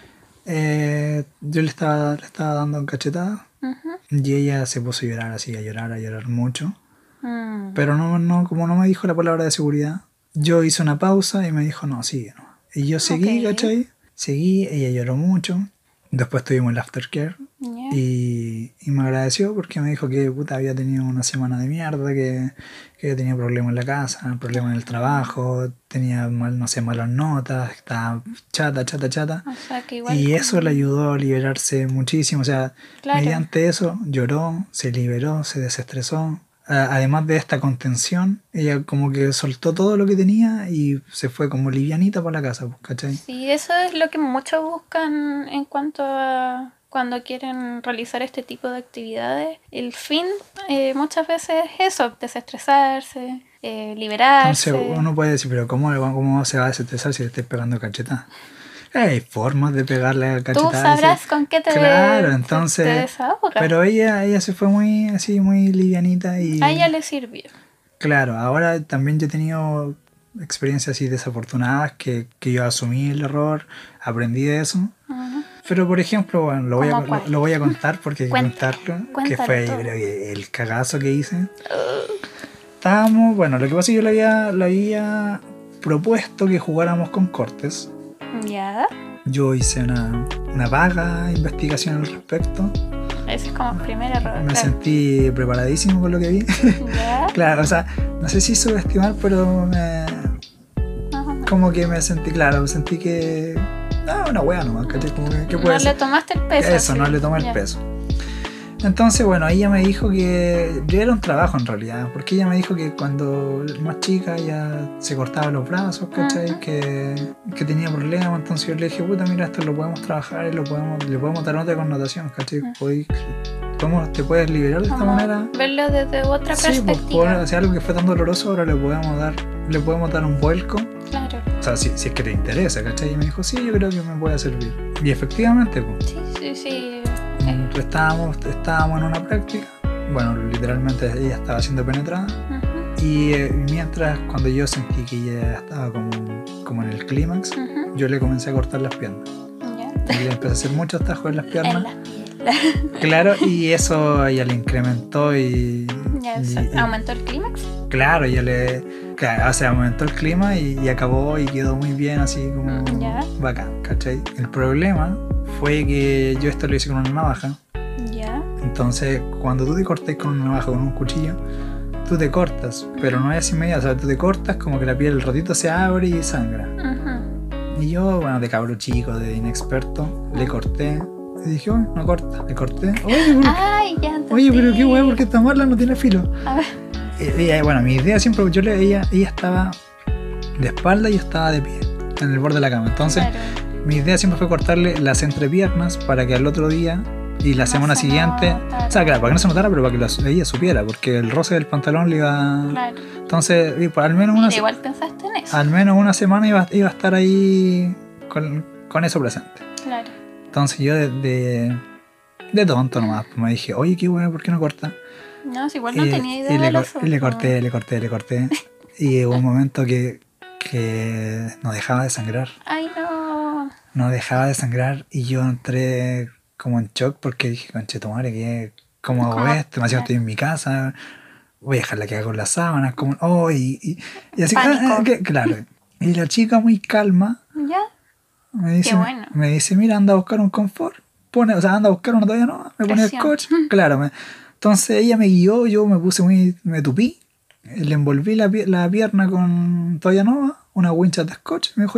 Yo le estaba dando cachetadas y ella se puso a llorar así, a llorar mucho. Pero como no me dijo la palabra de seguridad, yo hice una pausa y me dijo, no, sigue, no. Y yo seguí, ¿cachai? Seguí, ella lloró mucho. Después tuvimos el aftercare y me agradeció porque me dijo que puta, había tenido una semana de mierda, que tenía problemas en la casa, problemas en el trabajo, tenía malas notas, estaba chata. O sea, que igual Y eso le ayudó a liberarse muchísimo. O sea, mediante eso lloró, se liberó, se desestresó. Además de esta contención, ella como que soltó todo lo que tenía y se fue como livianita para la casa, ¿cachai? Sí, eso es lo que muchos buscan en cuanto a cuando quieren realizar este tipo de actividades. El fin muchas veces es eso, desestresarse, liberarse. Entonces uno puede decir, pero ¿cómo se va a desestresar si le estés pegando cachetada? Hay formas de pegarle cachetadas. Tú sabrás con qué te entonces, te desahogas. Pero ella se fue muy livianita y... A ella le sirvió. Claro, ahora también yo he tenido experiencias así desafortunadas que yo asumí el error, aprendí de eso. Pero por ejemplo, bueno, lo voy a contar porque hay que contarlo, que fue yo creo que el cagazo que hice. Estábamos, bueno, lo que pasa es que yo le había propuesto que jugáramos con cortes. Ya. Yo hice una vaga investigación al respecto. Ese es como el primer error. Me sentí preparadísimo con lo que vi. ¿Ya? Claro, o sea, no sé si subestimar, pero como que me sentí que... una wea nomás, ¿cachai? Como que puede no ser. Le tomaste el peso. Eso, no le tomé el peso. Entonces, bueno, ella me dijo que era un trabajo en realidad, porque ella me dijo que cuando más chica ya se cortaba los brazos, ¿cachai? Que tenía problemas, entonces yo le dije, puta, mira, esto lo podemos trabajar y le podemos dar otra connotación, ¿cachai? Te puedes liberar de esta manera. Verlo desde otra perspectiva. Pues, o sea, algo que fue tan doloroso, ahora le podemos dar un vuelco. Claro. O sea, si es que te interesa, ¿cachai? Y me dijo, sí, yo creo que me puede servir. Y efectivamente, pues. Sí. Estábamos en una práctica, bueno, literalmente ella estaba siendo penetrada y mientras cuando yo sentí que ella estaba como en el clímax, yo le comencé a cortar las piernas. Y le empecé a hacer muchos tajos en las piernas. En las piernas. Claro, y eso ella le incrementó y ¿aumentó el clímax? Claro, aumentó el clima y acabó y quedó muy bien, así como bacán, ¿cachai? El problema fue que yo esto lo hice con una navaja. Ya. Entonces, cuando tú te cortas con una navaja, con un cuchillo, tú te cortas, pero no es así inmediato. O sea, tú te cortas como que la piel, el rotito se abre y sangra. Y yo, bueno, de cabro chico, de inexperto, le corté. Y dije, no corta, le corté. Oye, pero qué hueá, porque esta marla no tiene filo. A ver. Bueno, mi idea siempre, ella estaba de espalda y yo estaba de pie, en el borde de la cama. Entonces, mi idea siempre fue cortarle las entrepiernas para que al otro día y la semana siguiente, o sea, claro, para que no se notara, pero para que ella supiera, porque el roce del pantalón le iba... Claro. Entonces, al menos igual pensaste en eso. Al menos una semana iba a estar ahí con eso presente. Claro. Entonces yo de tonto nomás, pues me dije, oye, qué bueno, ¿por qué no corta? No, si igual no tenía idea de eso. Y le corté. Y hubo un momento que no dejaba de sangrar. Ay, no. No dejaba de sangrar y yo entré como en shock porque dije, conchetumare, ¿cómo hago esto? Demasiado estoy en mi casa, voy a dejarla que haga con las sábanas, y así, claro. Y la chica muy calma me dice, mira, anda a buscar un confort, anda a buscar una toalla nueva, me pone el scotch, claro. Entonces ella me guió, yo me tupí, le envolví la pierna con toalla nueva, una wincha de scotch, me dijo, ya,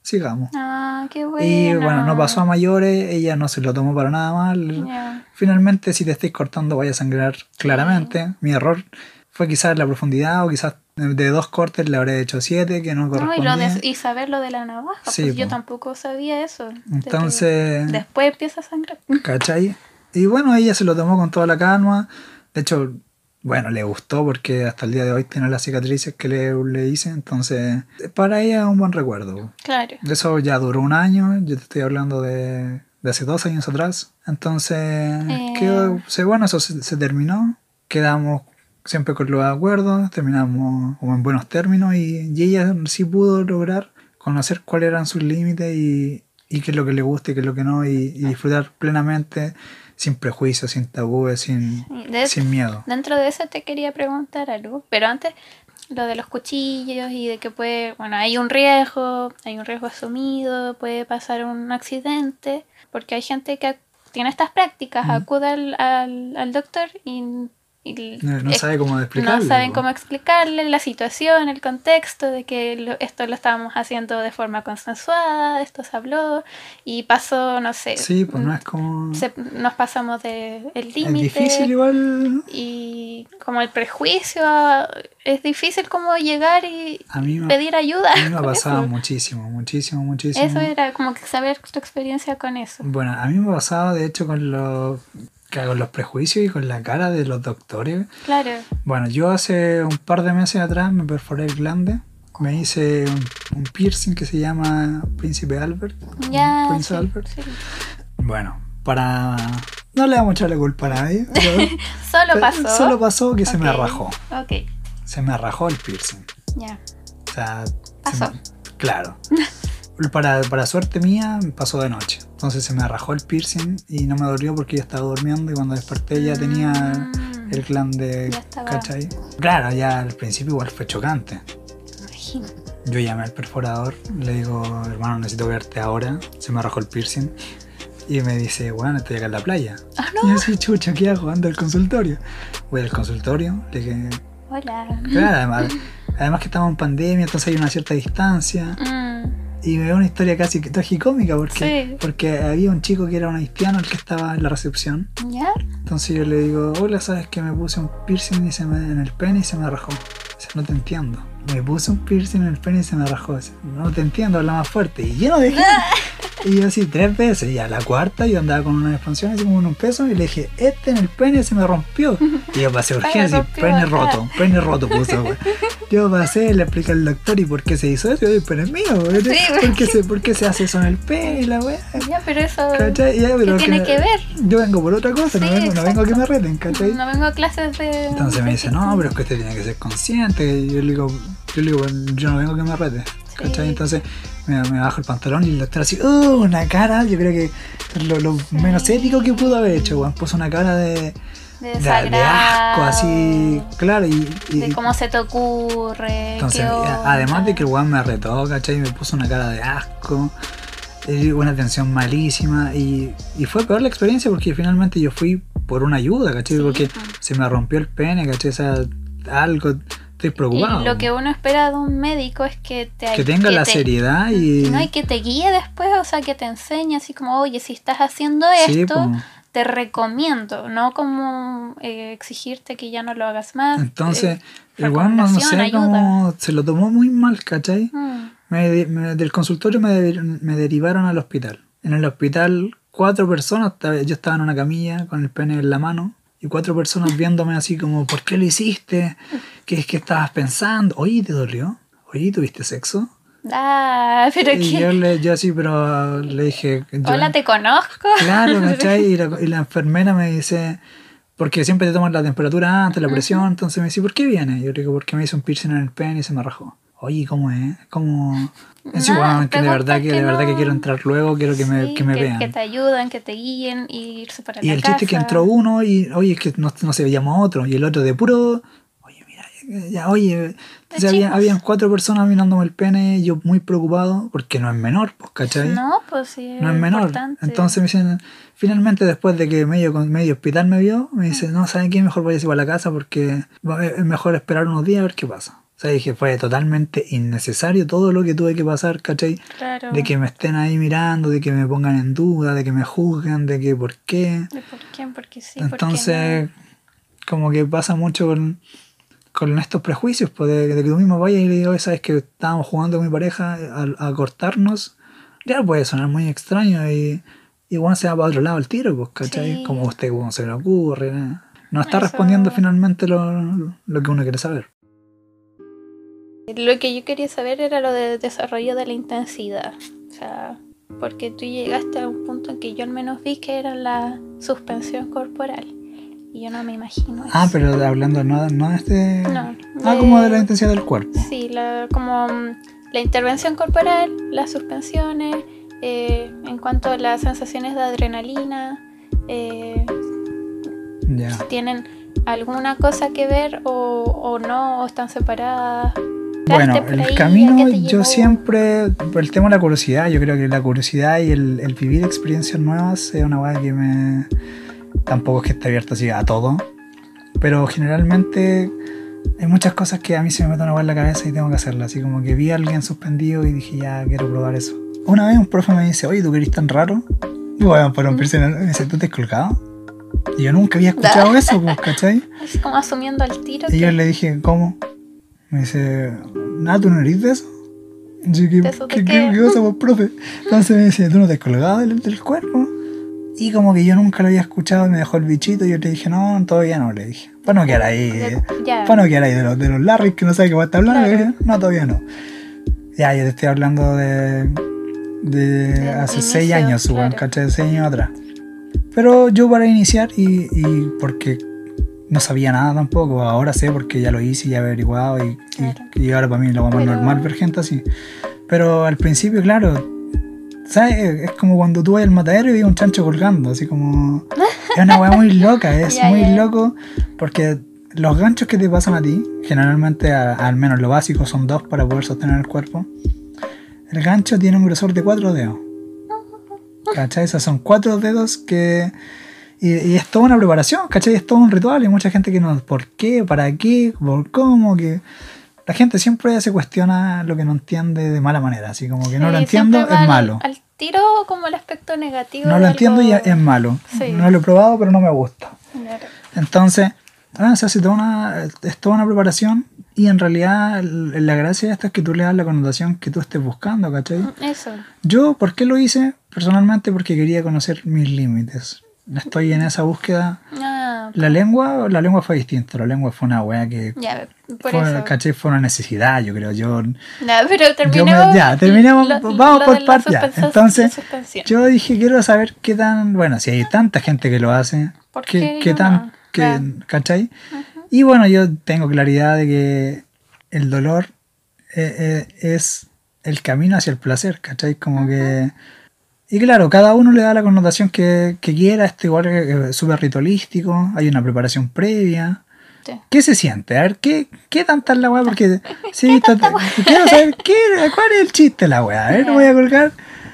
sigamos. Ah, qué bueno. Y bueno, no pasó a mayores, ella no se lo tomó para nada mal. Ya. Finalmente, si te estáis cortando, vaya a sangrar claramente. Mi error fue quizás la profundidad, o quizás de 2 cortes le habré hecho 7, que no No, correspondía. y saber lo de la navaja, Sí, pues yo po. tampoco sabía eso. de que Entonces, después empieza a sangrar. ¿cachai? Y bueno, ella se lo tomó con toda la calma. De hecho, bueno, le gustó porque hasta el día de hoy tiene las cicatrices que le hice. Entonces, para ella es un buen recuerdo. Claro. Eso ya duró 1 año. Yo te estoy hablando de hace 2 años atrás. Entonces, bueno, eso se terminó. Quedamos siempre con los acuerdos. Terminamos como en buenos términos. Y ella sí pudo lograr conocer cuáles eran sus límites y qué es lo que le gusta y qué es lo que no. Y disfrutar plenamente, sin prejuicios, sin tabúes, sin miedo. Dentro de eso te quería preguntar algo, pero antes lo de los cuchillos y de que hay un riesgo asumido, puede pasar un accidente, porque hay gente que tiene estas prácticas, acude al doctor y no sabe cómo explicarle. No saben cómo explicarle la situación, el contexto de que esto lo estábamos haciendo de forma consensuada, esto se habló y pasó, no sé. Sí, pues no es como... nos pasamos del límite. Es difícil igual. Y como el prejuicio, es difícil como llegar y pedir ayuda. A mí me ha pasado muchísimo. Eso era como que saber tu experiencia con eso. Bueno, a mí me ha pasado de hecho con los prejuicios y con la cara de los doctores. Claro. Bueno, yo hace un par de meses atrás me perforé el glande. Me hice un piercing que se llama Príncipe Albert. Ya, Prince Albert. Sí. Bueno, no le vamos a echar la culpa a nadie. Solo pasó que se me rajó. Ok. Se me rajó el piercing. Ya. O sea, pasó. Claro. Para suerte mía, pasó de noche. Entonces se me rajó el piercing y no me dolió porque yo estaba durmiendo y cuando desperté ya tenía el glande, ¿cachai? Claro, ya al principio igual fue chocante. Imagino. Yo llamé al perforador, le digo, hermano, necesito verte ahora. Se me rajó el piercing. Y me dice, bueno, estoy acá en la playa. ¿Ah, no? Y yo así, chucha, ¿qué hago? Ando al consultorio. Voy al consultorio, le dije... Hola. Claro, además que estamos en pandemia, entonces hay una cierta distancia. Y me veo una historia casi tragicómica porque había un chico que era un haitiano el que estaba en la recepción. ¿Ya? Entonces yo le digo, hola, ¿sabes que me puse un piercing en el pene y se me rajó? Dice, no te entiendo. Me puse un piercing en el pene y se me rajó. Dice, no te entiendo, habla más fuerte. Y lleno de gente. Y yo así 3 veces. Y a la cuarta yo andaba con una expansión así como en un peso y le dije, en el pene se me rompió. Y yo pasé urgencia y pene roto puso. Yo pasé, le expliqué al doctor y por qué se hizo eso. Y yo, pero es mío, ¿por qué se hace eso en el pene y la weá? Ya, pero eso, ¿cachai? Ya, pero ¿qué tiene que ver? Yo vengo por otra cosa, no vengo a que me reten, ¿cachai? No vengo a clases de... Entonces me dice, no, pero es que usted tiene que ser consciente. Y yo le digo, yo no vengo a que me rete, ¿cachai? Entonces me bajo el pantalón y el doctor así, una cara, yo creo que lo menos ético que pudo haber hecho, weón. Puso una cara de asco, así, claro. Y de cómo se te ocurre. Entonces, además de que el weón me retó, ¿cachai? Me puso una cara de asco, una atención malísima. Y fue peor la experiencia porque finalmente yo fui por una ayuda, ¿cachai? Porque se me rompió el pene, ¿cachai? O sea, algo... Estoy preocupado. Y lo que uno espera de un médico es que tenga la seriedad y... No, y que te guíe después, o sea, que te enseñe así como, oye, si estás haciendo esto, te recomiendo, no como exigirte que ya no lo hagas más. Entonces, igual no sé cómo se lo tomó muy mal, ¿cachai? Del consultorio me derivaron al hospital. En el hospital 4 personas, yo estaba en una camilla con el pene en la mano. Y 4 personas viéndome así como, ¿por qué lo hiciste? ¿Qué es que estabas pensando? Oye, ¿te dolió? Oye, ¿tuviste sexo? Pero y yo así, pero le dije... Hola, ¿te conozco? Claro, ¿cachai? Y la enfermera me dice... Porque siempre te toman la temperatura antes, la presión. Entonces me dice, ¿por qué viene? Yo le digo, porque me hizo un piercing en el pene y se me rajó. Oye, ¿cómo es? ¿Cómo...? Es igual, que de verdad que quiero entrar luego, quiero que me vean. Que te ayudan, que te guíen y irse para la casa. Y el chiste es que entró uno y, oye, es que no se llamó otro. Y el otro de puro, oye, mira, ya, oye. Entonces habían 4 personas mirándome el pene y yo muy preocupado, porque no es menor, pues, ¿cachai? No, pues sí, no es menor. Importante. Entonces me dicen, finalmente después de que medio hospital me vio, me dice, no, ¿saben qué? Mejor voy a ir para la casa porque es mejor esperar unos días a ver qué pasa. O sea, dije, fue totalmente innecesario todo lo que tuve que pasar, ¿cachai? Claro. De que me estén ahí mirando, de que me pongan en duda, de que me juzguen, de que por qué. ¿De por qué? Porque sí, Entonces, porque no. como que pasa mucho con estos prejuicios, pues de que tú mismo vayas y le digo, sabes que estábamos jugando con mi pareja a cortarnos, ya puede sonar muy extraño y igual se va para otro lado el tiro, pues, ¿cachai? Sí. Como a usted, cómo se le ocurre, ¿no? No está Eso. respondiendo finalmente lo que uno quiere saber. Lo que yo quería saber era lo del desarrollo de la intensidad. O sea, porque tú llegaste a un punto en que yo al menos vi que era la suspensión corporal. Y yo no me imagino eso. Pero hablando no de este... No, como de la intensidad del cuerpo. Sí, como la intervención corporal, las suspensiones, en cuanto a las sensaciones de adrenalina, Ya. ¿tienen alguna cosa que ver o no? ¿O están separadas? Bueno, Por el ahí, camino ¿a qué te yo llevó? siempre, por el tema de la curiosidad, yo creo que la curiosidad y el vivir experiencias nuevas es una weá que me... Tampoco es que esté abierto así a todo, pero generalmente hay muchas cosas que a mí se me meten una weá en la cabeza y tengo que hacerlas. Así como que vi a alguien suspendido y dije, ya, quiero probar eso. Una vez un profe me dice, oye, ¿tú querés tan raro? Y bueno, por romperse, me dice, ¿tú te has colgado? Y yo nunca había escuchado eso, pues, ¿cachai? Es como asumiendo al tiro. Y yo le dije, ¿cómo? Me dice, nada, ¿tú no eres de eso? Y yo, ¿De eso de qué? ¿qué cosa, pues, profe? Entonces me dice, ¿tú no te has colgado del cuerpo? Y como que yo nunca lo había escuchado y me dejó el bichito y yo le dije, no, todavía no, le dije. Para no quedar ahí, Ya. para no quedar ahí de los Larrys que no sabe qué va a estar hablando, Claro. le dije, no, todavía no. Ya, yo te estoy hablando de hace 6 inicio, años, claro. ¿cachai? 6 años atrás. Pero yo para iniciar y porque no sabía nada tampoco, ahora sé porque ya lo hice y ya he averiguado Claro. y ahora para mí lo más Pero- normal ver gente así. Pero al principio, claro, ¿sabes? Es como cuando tú vas al matadero y ves un chancho colgando, así como... Es una weá muy loca, es Ya, muy ya. loco porque los ganchos que te pasan a ti, generalmente al menos lo básico son 2 para poder sostener el cuerpo. El gancho tiene un grosor de 4 dedos. ¿Cachai? Esos son 4 dedos que... Y es toda una preparación, ¿cachai? Es todo un ritual. Hay mucha gente que no... ¿Por qué? ¿Para qué? ¿Por cómo? Que la gente siempre se cuestiona lo que no entiende de mala manera. Así como que no lo Sí, entiendo, siempre va es malo. Al tiro como el aspecto negativo. No de lo entiendo algo- y es malo. Sí. No lo he probado, pero no me gusta. Claro. Entonces, se hace es toda una preparación y en realidad la gracia de esto es que tú le das la connotación que tú estés buscando, ¿cachai? Eso. Yo, ¿por qué lo hice? Personalmente porque quería conocer mis límites. Estoy en esa búsqueda. Ah, La lengua fue distinta. La lengua fue una wea que ya, por fue, eso. ¿cachai? Fue una necesidad, yo creo. Pero terminemos. Terminemos. Vamos lo por de la partes. Entonces, suspensión. yo dije, quiero saber qué tan... Bueno, si hay tanta gente que lo hace, ¿Por qué qué yo tan... no? Claro. ¿Cachai? Y bueno, yo tengo claridad de que el dolor es el camino hacia el placer, ¿cachai? Como que... Y claro, cada uno le da la connotación que quiera. Esto igual es súper ritualístico, hay una preparación previa. Sí. ¿Qué se siente? A ver, ¿qué tanta es la weá? Porque sí, quiero saber cuál es el chiste de la weá. A ver, no voy a colgar.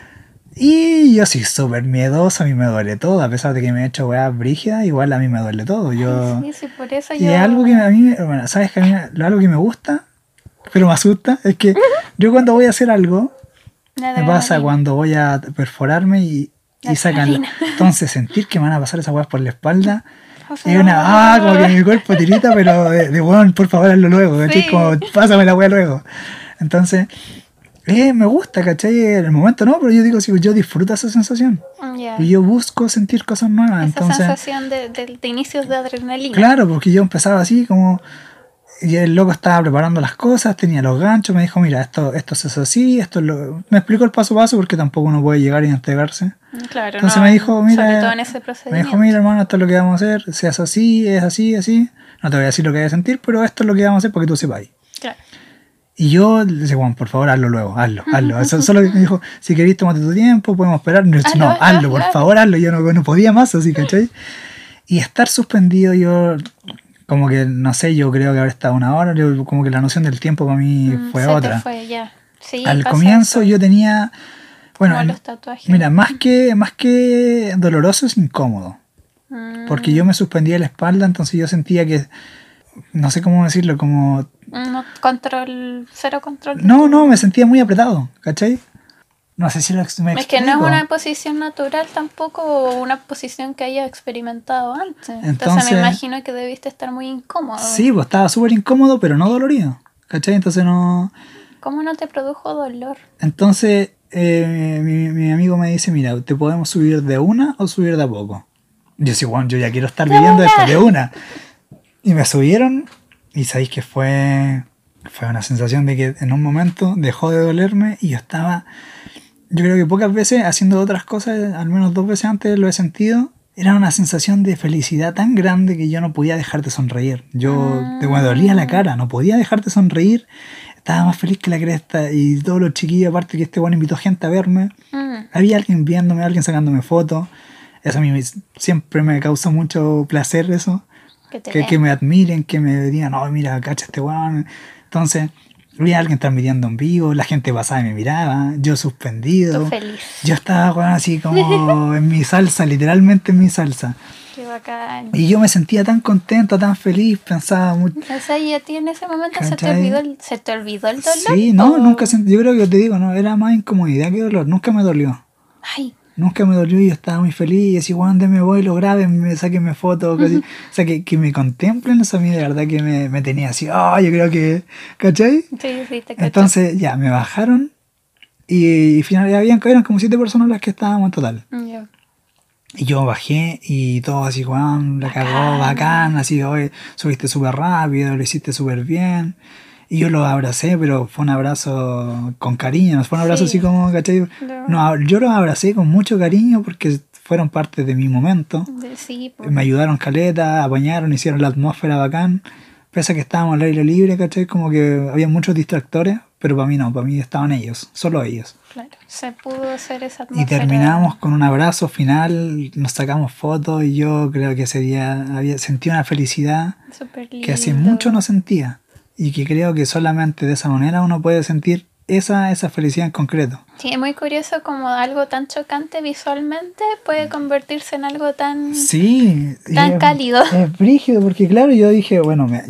Y yo soy súper miedoso, a mí me duele todo. A pesar de que me he hecho weá brígida, igual a mí me duele todo. Yo... Sí, por eso Y es algo que a mí, bueno, sabes que a mí algo que me gusta, pero me asusta, es que yo cuando voy a hacer algo, me pasa cuando voy a perforarme y sacan. Entonces sentir que me van a pasar esas weas por la espalda. Y como que mi cuerpo tirita, pero de weón, por favor hazlo luego, ¿cachai? Sí. Como pásame la wea luego. Entonces, me gusta, ¿cachai? En el momento no, pero yo digo, sí, yo disfruto esa sensación. Yeah. Y yo busco sentir cosas nuevas. Esa Entonces, sensación de inicios de adrenalina. claro, porque yo empezaba así como... Y el loco estaba preparando las cosas, tenía los ganchos, me dijo, mira, esto se hace así, esto es lo... Me explicó el paso a paso porque tampoco uno puede llegar y entregarse. Claro, Entonces no, me dijo, mira, sobre todo en ese me procedimiento. dijo, mira hermano, esto es lo que vamos a hacer, se hace así, es así, así. No te voy a decir lo que voy a sentir, pero esto es lo que vamos a hacer para que tú sepáis. Claro. Y yo le dije, Juan, por favor, hazlo luego, hazlo. Eso, solo me dijo, si queréis, tómate tu tiempo, podemos esperar. No, hazlo, por favor, hazlo. Yo no podía más, así, ¿cachai? Y estar suspendido, yo... Como que, no sé, yo creo que habrá estado una hora, como que la noción del tiempo para mí fue otra. Fue, ya. Sí, al pasa comienzo eso. yo tenía... Bueno, Como los tatuajes. mira, más que doloroso es incómodo. Porque yo me suspendía la espalda, entonces yo sentía que, no sé cómo decirlo, como No, cero control. No, me sentía muy apretado, ¿cachai? No sé si me explico. Es que no es una posición natural tampoco, o una posición que hayas experimentado antes. Entonces me imagino que debiste estar muy incómodo. Sí, pues estaba súper incómodo, pero no dolorido, ¿cachai? Entonces no... ¿Cómo no te produjo dolor? Entonces mi amigo me dice, mira, te podemos subir de una o subir de a poco. Yo sí, bueno, yo ya quiero estar viviendo esto de una. Y me subieron y sabéis que fue una sensación de que en un momento dejó de dolerme y yo estaba... Yo creo que pocas veces, haciendo otras cosas, al menos 2 veces antes lo he sentido, era una sensación de felicidad tan grande que yo no podía dejar de sonreír. Me dolía la cara, no podía dejar de sonreír. Estaba más feliz que la cresta y todos los chiquillos, aparte que este bueno invitó gente a verme. Había alguien viéndome, alguien sacándome fotos. Eso a mí siempre me causa mucho placer eso. Que me admiren, que me digan, no, mira, cacha este weón. Entonces... había alguien transmitiendo en vivo, la gente pasaba y me miraba, yo suspendido. Tú feliz. Yo estaba bueno, así como en mi salsa, literalmente en mi salsa. Qué bacán. Y yo me sentía tan contento, tan feliz, pensaba mucho. O sea, y a ti en ese momento se te olvidó el dolor. Sí, no, nunca sentí, yo creo que te digo, no, era más incomodidad que dolor, nunca me dolió. Ay. Nunca me dolió y yo estaba muy feliz y decía, ¿dónde me voy? Lo graben, sáquenme fotos. O sea, que me contemplen, eso a mí de verdad que me tenía así, yo creo que, ¿cachai? Sí, te caché. Entonces ya, me bajaron y finalmente eran como 7 personas las que estábamos en total. Yeah. Y yo bajé y todo así, la cagó, bacán, así, oye, subiste súper rápido, lo hiciste súper bien. Y yo los abracé, pero fue un abrazo con cariño, no fue un abrazo así como, ¿cachai? No, yo los abracé con mucho cariño porque fueron parte de mi momento. Sí, me ayudaron caleta, apañaron, hicieron la atmósfera bacán. Pese a que estábamos al aire libre, ¿cachai? Como que había muchos distractores, pero para mí no, para mí estaban ellos, solo ellos. Claro, se pudo hacer esa atmósfera. Y terminamos con un abrazo final, nos sacamos fotos y yo creo que ese día sentí una felicidad que hace mucho no sentía. Y que creo que solamente de esa manera uno puede sentir esa felicidad en concreto. Sí, es muy curioso como algo tan chocante visualmente puede convertirse en algo tan cálido. Es brígido, porque claro, yo dije,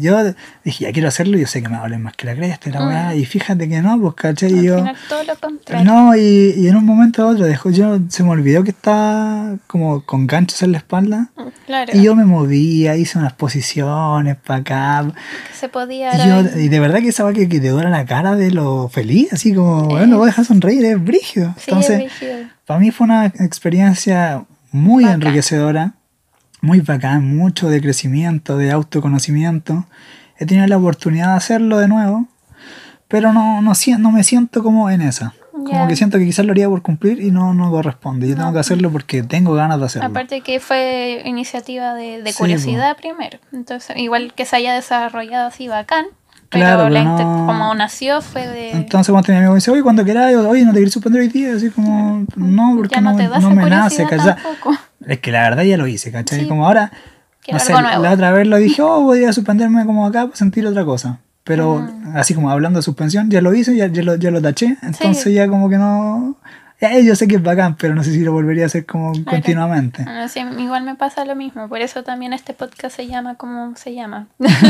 ya quiero hacerlo, yo sé que me hablen más que la cresta y la weá, y fíjate que no, pues cachai, al final todo lo contrario. No, y en un momento a otro se me olvidó que estaba como con ganchos en la espalda. Claro. Y yo me movía, hice unas posiciones para acá. Que se podía. Y de verdad que esa weá que te dura la cara de lo feliz, así como, no voy a dejar sonreír, es brígido. Sí, entonces, es brígido. Para mí fue una experiencia muy enriquecedora, muy bacán, mucho de crecimiento, de autoconocimiento. He tenido la oportunidad de hacerlo de nuevo, pero no me siento como en esa. Como que siento que quizás lo haría por cumplir y no corresponde. Yo tengo que hacerlo porque tengo ganas de hacerlo. Aparte que fue iniciativa de curiosidad primero. Entonces, igual que se haya desarrollado así bacán. Pero como nació fue de... Entonces cuando mi amigo me dice, oye, cuando quieras, oye, ¿no te quieres suspender hoy día? Así como, no, porque ya no me nace, ¿cachai? Es que la verdad ya lo hice, ¿cachai? Sí. Como ahora, no sé, la otra vez lo dije, podría suspenderme como acá para sentir otra cosa. Pero así como hablando de suspensión, ya lo hice, ya lo taché. Entonces ya como que no... yo sé que es bacán, pero no sé si lo volvería a hacer como continuamente. Sí, igual me pasa lo mismo, por eso también este podcast se llama como se llama.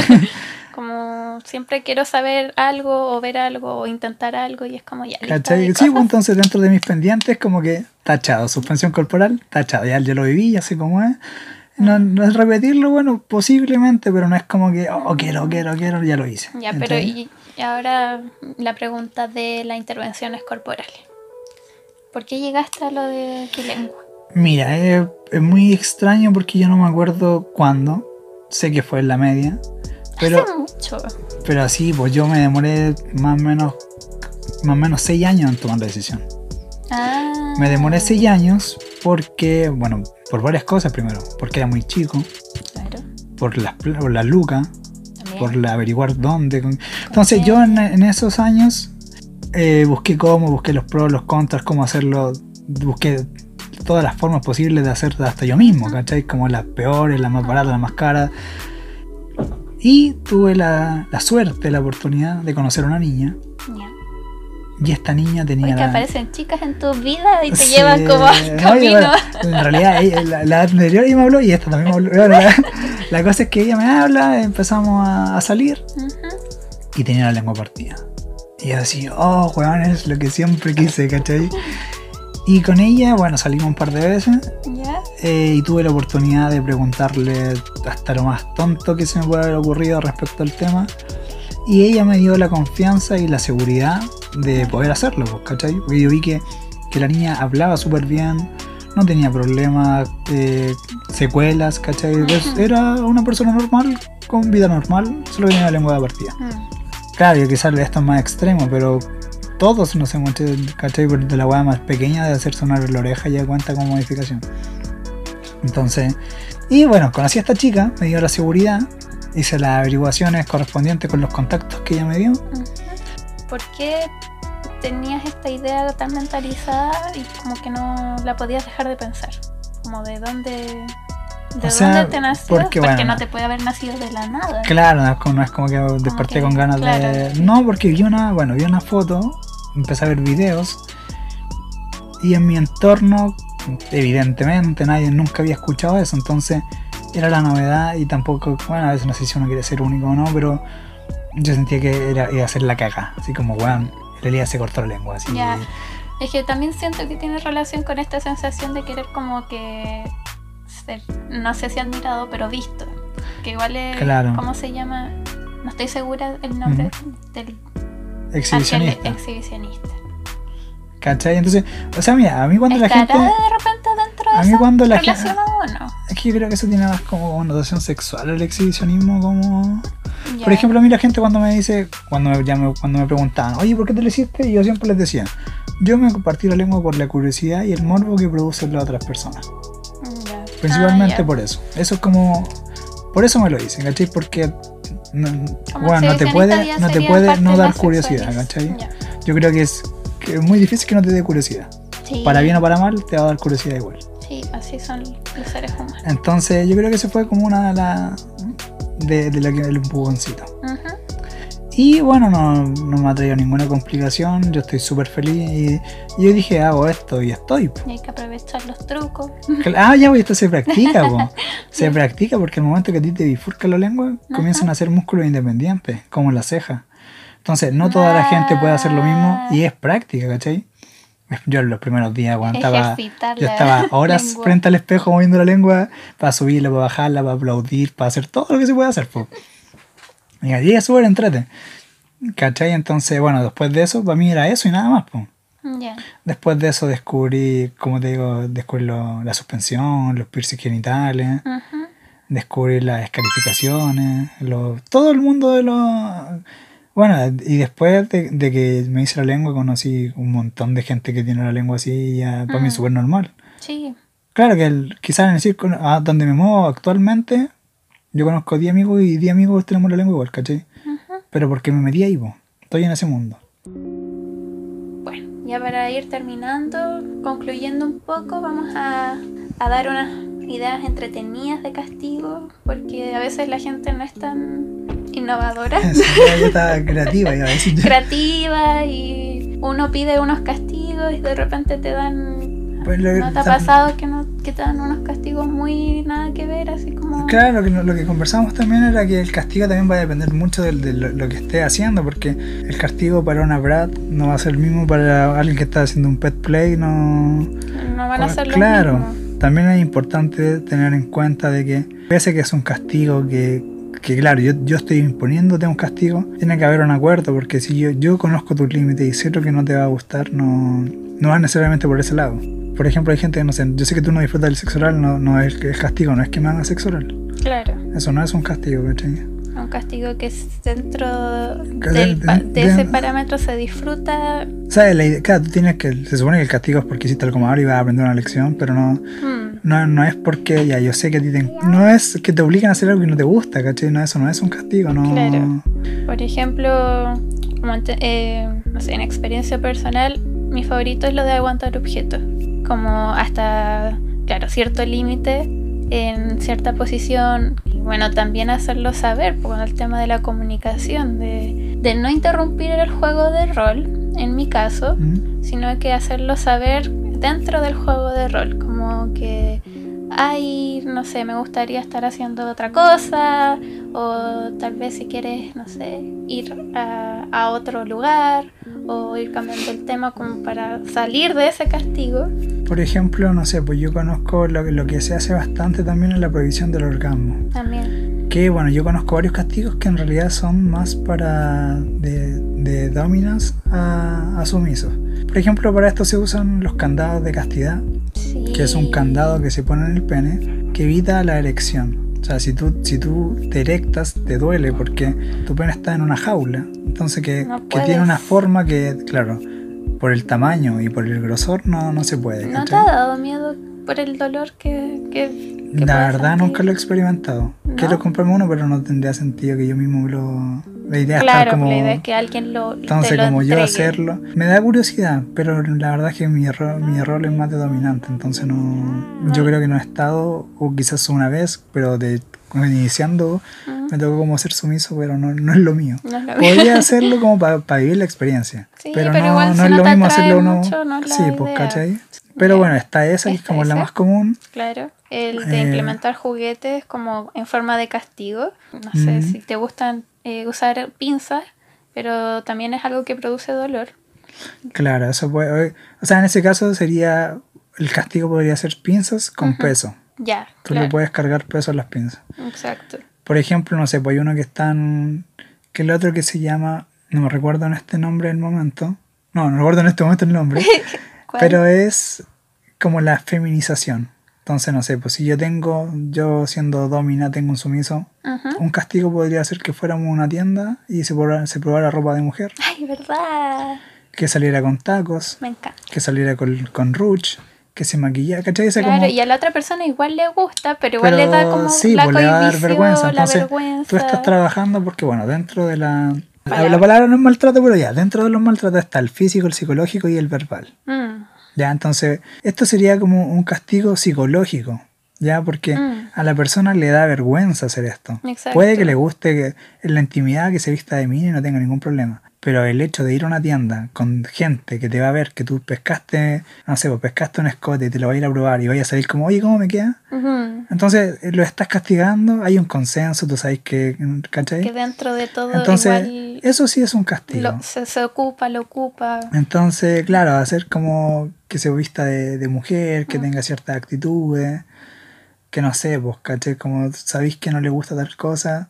Como siempre quiero saber algo o ver algo o intentar algo y es como ya. ¿Cachai? Sí, pues entonces dentro de mis pendientes como que tachado, suspensión corporal, tachado, ya lo viví, ya sé cómo es. No es repetirlo, bueno, posiblemente, pero no es como que, quiero, ya lo hice. Ya, pero y ahora la pregunta de las intervenciones corporales. ¿Por qué llegaste a lo de tu lengua? Mira, es muy extraño porque yo no me acuerdo cuándo. Sé que fue en la media. Pero, hace mucho. Pero sí, pues yo me demoré más o menos 6 años en tomar la decisión. Me demoré 6 años porque, por varias cosas primero. Porque era muy chico. Claro. Por las lucas. También. Por averiguar dónde. Entonces yo en esos años... busqué los pros, los contras, cómo hacerlo, busqué todas las formas posibles de hacerlo hasta yo mismo, ¿cachai? Como las peores, las más baratas, las más caras. Y tuve la suerte, la oportunidad de conocer a una niña. Y esta niña tenía... que aparecen chicas en tu vida y te llevan como al camino. En realidad, la anterior ella me habló y esta también me habló. La cosa es que ella me habla, empezamos a salir. y tenía la lengua partida. Y yo así, oh, weón, es lo que siempre quise, ¿cachai? Y con ella, bueno, salimos un par de veces. Y tuve la oportunidad de preguntarle hasta lo más tonto que se me puede haber ocurrido respecto al tema. Y ella me dio la confianza y la seguridad de poder hacerlo, ¿cachai? Porque yo vi que la niña hablaba súper bien, no tenía problemas, secuelas, ¿cachai? Entonces, era una persona normal, con vida normal, solo que tenía la lengua partida. Claro, quizás esto es más extremo, pero todos nos hemos hecho, ¿cachai? De la hueá más pequeña de hacer sonar la oreja ya cuenta como modificación. Entonces, y bueno, conocí a esta chica, me dio la seguridad, hice las averiguaciones correspondientes con los contactos que ella me dio. ¿Por qué tenías esta idea tan mentalizada y como que no la podías dejar de pensar? Como de dónde... ¿Dónde te nació? Porque bueno, no te puede haber nacido de la nada. Claro, no es como que desperté con ganas de... No, porque vi una foto, empecé a ver videos y en mi entorno, evidentemente, nadie nunca había escuchado eso, entonces era la novedad y tampoco, bueno, a veces no sé si uno quiere ser único o no, pero yo sentía que iba a ser la caga, así como, weón, en realidad se cortó la lengua, así. Ya, es que también siento que tiene relación con esta sensación de querer como que... no sé si admirado, pero visto. Que igual es, claro. ¿Cómo se llama? No estoy segura el nombre del exhibicionista. ¿Cachai? Entonces, o sea, mira, a mí cuando la gente... de repente dentro de a mí cuando la gente... o no? Es que yo creo que eso tiene más como connotación sexual, el exhibicionismo, como... Yeah. Por ejemplo, a mí la gente cuando me dice, cuando me preguntaban, oye, ¿por qué te lo hiciste? Y yo siempre les decía, yo me compartí la lengua por la curiosidad y el morbo que producen las otras personas. Principalmente por eso. Eso es como... Por eso me lo hice, ¿cachai? Porque no te puede no dar curiosidad, ¿cachai? Yeah. Yo creo que es muy difícil que no te dé curiosidad. Sí. Para bien o para mal, te va a dar curiosidad igual. Sí, así son los seres humanos. Entonces yo creo que eso fue como una de el empujoncito. Y bueno, no me ha traído ninguna complicación, yo estoy súper feliz y yo dije, hago esto y estoy. Y hay que aprovechar los trucos. Ya, esto se practica, se practica porque al momento que a ti te bifurca la lengua, comienzan a hacer músculos independientes, como la ceja. Entonces, no toda la gente puede hacer lo mismo y es práctica, ¿cachai? Yo en los primeros días yo estaba horas frente al espejo moviendo la lengua para subirla, para bajarla, para aplaudir, para hacer todo lo que se puede hacer, y allí es súper entrete, ¿cachai? Entonces, bueno, después de eso, para mí era eso y nada más, Yeah. Después de eso descubrí, como te digo, la suspensión, los piercings genitales, descubrí las escarificaciones, todo el mundo de los... Bueno, y después de que me hice la lengua, conocí un montón de gente que tiene la lengua así y ya para mí es súper normal. Sí. Claro que quizás en el círculo donde me muevo actualmente, yo conozco 10 amigos y 10 amigos tenemos la lengua igual, ¿cachai? Pero porque me metí ahí, estoy en ese mundo. Bueno, ya para ir terminando, concluyendo un poco, vamos a dar unas ideas entretenidas de castigo, porque a veces la gente no es tan innovadora. Sí, yo estaba creativa, iba a decir. Creativa, y uno pide unos castigos y de repente te dan... ¿No te ha pasado que te dan unos castigos muy nada que ver, así como...? Claro, lo que conversamos también era que el castigo también va a depender mucho de lo que esté haciendo, porque el castigo para una brat no va a ser el mismo para alguien que está haciendo un pet play, no van a ser lo claro, mismo. También es importante tener en cuenta de que pese que es un castigo que claro, yo estoy imponiéndote un castigo, tiene que haber un acuerdo, porque si yo conozco tus límites y sé lo que no te va a gustar, no va necesariamente por ese lado. Por ejemplo, hay gente que no sé, yo sé que tú no disfrutas del sexo oral, no es castigo, no es que me hagan sexo oral. Claro. Eso no es un castigo, ¿cachai? Un castigo que es dentro de ese parámetro se disfruta. O sea, claro, tú tienes que, se supone que el castigo es porque hiciste algo malo y vas a aprender una lección, pero no es porque, ya, yo sé que a ti no es que te obliguen a hacer algo que no te gusta, ¿cachai? No, eso no es un castigo, no. Claro. Por ejemplo, como no sé, en experiencia personal, mi favorito es lo de aguantar objetos. Como hasta, claro, cierto límite en cierta posición. Y bueno, también hacerlo saber, con el tema de la comunicación, de no interrumpir el juego de rol, en mi caso, sino que hacerlo saber dentro del juego de rol. Como que ay, no sé, me gustaría estar haciendo otra cosa, o tal vez si quieres, no sé, ir a otro lugar, o ir cambiando el tema como para salir de ese castigo. Por ejemplo, no sé, pues yo conozco lo que se hace bastante también en la prohibición del orgasmo. También. Que bueno, yo conozco varios castigos que en realidad son más para de dominas a sumisos. Por ejemplo, para esto se usan los candados de castidad, Sí. que es un candado que se pone en el pene que evita la erección. O sea, si tú te erectas, te duele porque tu pene está en una jaula. Entonces que tiene una forma que, claro, por el tamaño y por el grosor no se puede. ¿No te ha dado miedo por el dolor que la verdad sentir? nunca lo he experimentado. ¿No? Quiero comprarme uno, pero no tendría sentido que yo mismo lo... La idea es claro, estar como... la idea es que alguien Entonces, te lo como entregue. yo hacerlo... Me da curiosidad, pero la verdad es que mi rol es más de dominante. Entonces yo creo que no he estado, o quizás una vez, pero iniciando me tocó como ser sumiso, pero no es lo mío. No es lo mío. Podría hacerlo como para vivir la experiencia. Sí, pero igual no si es no lo te mismo atrae hacerlo uno... mucho, no es la sí, pues, idea. ¿cachai? Pero bueno, está esa, que es como la más común. Claro, el de implementar juguetes como en forma de castigo. No sé si te gustan usar pinzas, pero también es algo que produce dolor. Claro, eso puede... O sea, en ese caso sería... El castigo podría ser pinzas con peso. Ya, Tú le puedes cargar peso a las pinzas. Exacto. Por ejemplo, no sé, pues hay uno que están... Que el otro que se llama... No me recuerdo en este nombre el momento. No recuerdo en este momento el nombre. Pero es como la feminización. Entonces, no sé, pues si yo siendo domina, tengo un sumiso, un castigo podría ser que fuéramos a una tienda y se probara ropa de mujer. Ay, verdad. Que saliera con tacos. Me encanta. Que saliera con rouge. Que se maquillara, ¿cachai? Esa Claro, como... y a la otra persona igual le gusta, pero igual le da como sí, la pues le va a dar cohibición, vergüenza. la Entonces, vergüenza. tú estás trabajando porque, bueno, dentro de la palabra no es maltrato, pero ya, dentro de los maltratos está el físico, el psicológico y el verbal. Ya, entonces, esto sería como un castigo psicológico, ya, porque a la persona le da vergüenza hacer esto. Exacto. Puede que le guste que en la intimidad que se vista de mí y no tenga ningún problema. Pero el hecho de ir a una tienda con gente que te va a ver que tú pescaste, no sé, pues pescaste un escote y te lo va a ir a probar y vaya a salir como, oye, ¿cómo me queda? Entonces lo estás castigando, hay un consenso, tú sabes que, ¿cachai? Que dentro de todo entonces, igual eso sí es un castigo. Se ocupa. Entonces, claro, hacer como que se vista de mujer, que tenga ciertas actitudes, que no sé, pues, ¿cachai? Como sabéis que no le gusta tal cosa.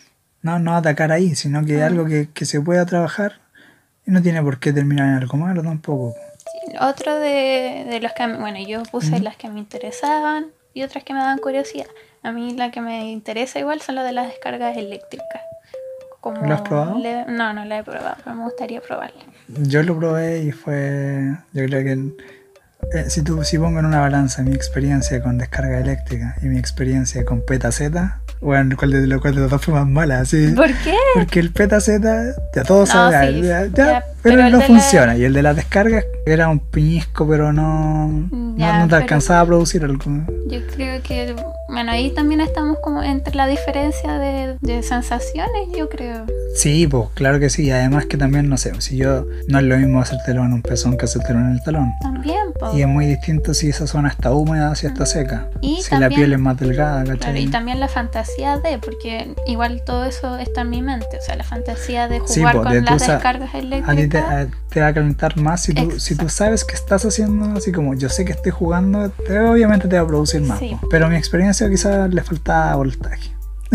No atacar ahí, sino que algo que se pueda trabajar y no tiene por qué terminar en algo malo tampoco. Sí, otro de los que... Bueno, yo puse las que me interesaban y otras que me daban curiosidad. A mí la que me interesa igual son las de las descargas eléctricas. Como ¿Lo has probado? No la he probado, pero me gustaría probarla. Yo lo probé y fue... Yo creo que... si pongo en una balanza mi experiencia con descarga eléctrica y mi experiencia con PetaZ, bueno, ¿cuál de los dos fue más mala? ¿Sí? ¿Por qué? Porque el PetaZ, ya todos saben, sí, pero no funciona. Y el de las descargas era un piñisco, pero no te alcanzaba a producir algo. Yo creo que, bueno, ahí también estamos como entre la diferencia de sensaciones, yo creo. Sí, pues claro que sí. Y además que también, no sé, si yo no es lo mismo hacértelo en un pezón que hacértelo en el talón. También, pues. Y es muy distinto si esa zona está húmeda o si está seca. Y si también, la piel es más delgada, ¿cachai? Claro, y también la fantasía porque igual todo eso está en mi mente. O sea, la fantasía de jugar con las descargas eléctricas. A ti te va a calentar más si tú sabes que estás haciendo, así como yo sé que estoy jugando, obviamente te va a producir más. Sí. Pero mi experiencia quizás le faltaba voltaje.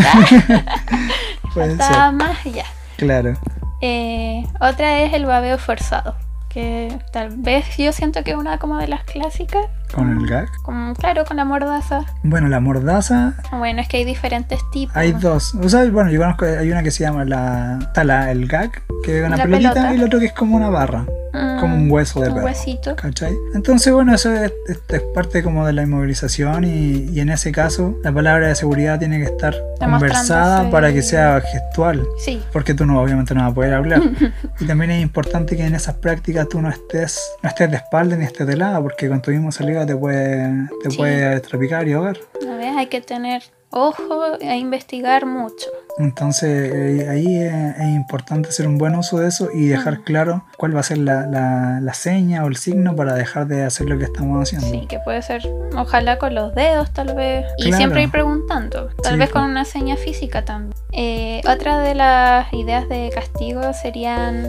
Faltaba más y ya. Claro. Otra es el babeo forzado, que tal vez yo siento que es una como de las clásicas. ¿Con el gag? Claro, con la mordaza. Bueno, la mordaza... Bueno, es que hay diferentes tipos. Hay dos. O sea, bueno, yo conozco, hay una que se llama el gag, que es una pelotita, y el otro que es como una barra. Como un hueso de perro. Un huesito. ¿Cachai? Entonces, bueno, eso es parte como de la inmovilización y en ese caso la palabra de seguridad tiene que estar conversada para que sea gestual. Sí. Porque tú obviamente no vas a poder hablar. Y también es importante que en esas prácticas tú no estés de espalda ni estés de lado, porque con tu mismo saliva te puede trapicar y ahogar. A ver, hay que tener ojo a investigar mucho. Entonces ahí es importante hacer un buen uso de eso y dejar claro cuál va a ser la seña o el signo para dejar de hacer lo que estamos haciendo. Sí, que puede ser ojalá con los dedos tal vez. Y claro. Siempre ir preguntando, tal vez con una seña física también. Otra de las ideas de castigo serían,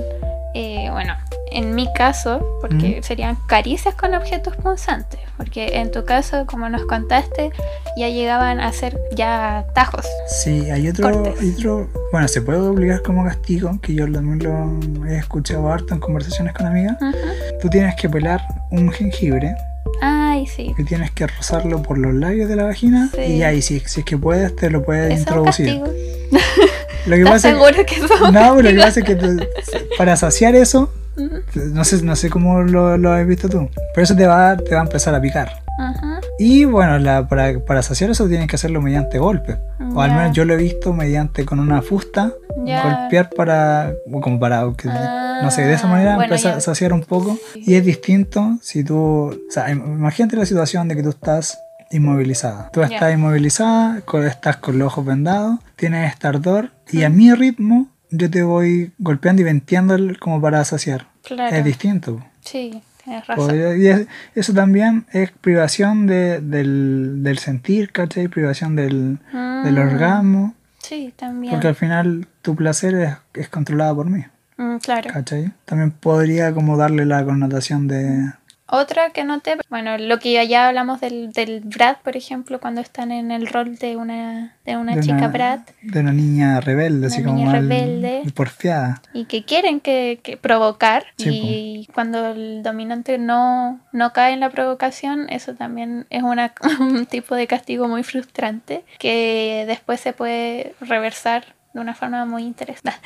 en mi caso, porque serían caricias con objetos punzantes, porque en tu caso, como nos contaste, ya llegaban a ser ya tajos. Sí, hay otro, bueno, se puede obligar como castigo, que yo también lo he escuchado harto en conversaciones con amigas. Tú tienes que pelar un jengibre. Ay, sí. Y tienes que rozarlo por los labios de la vagina, sí. Y ahí si es que puedes, te lo puedes introducir. Es un castigo. Lo que ¿Estás pasa seguro que eso? No, pero lo que pasa es que para saciar eso, no sé cómo lo has visto tú, pero eso te va a empezar a picar. Y bueno, para saciar eso tienes que hacerlo mediante golpes. O al menos yo lo he visto mediante con una fusta, golpear para que, no sé, de esa manera empieza a saciar un poco. Y es distinto si tú, o sea, imagínate la situación de que tú estás inmovilizada. Tú estás inmovilizada, estás con los ojos vendados, tienes este ardor y a mi ritmo yo te voy golpeando y venteando como para saciar. Claro. Es distinto. Sí, tienes razón. Y eso también es privación del sentir, ¿cachai? Privación del orgasmo. Sí, también. Porque al final tu placer es controlado por mí. Claro. ¿Cachai? También podría como darle la connotación de... Otra que noté, bueno, lo que ya hablamos del brat, por ejemplo, cuando están en el rol de una chica brat. De una niña rebelde, así como rebelde, porfiada. Y que quieren que provocar, sí, y cuando el dominante no cae en la provocación, eso también es un tipo de castigo muy frustrante, que después se puede reversar de una forma muy interesante.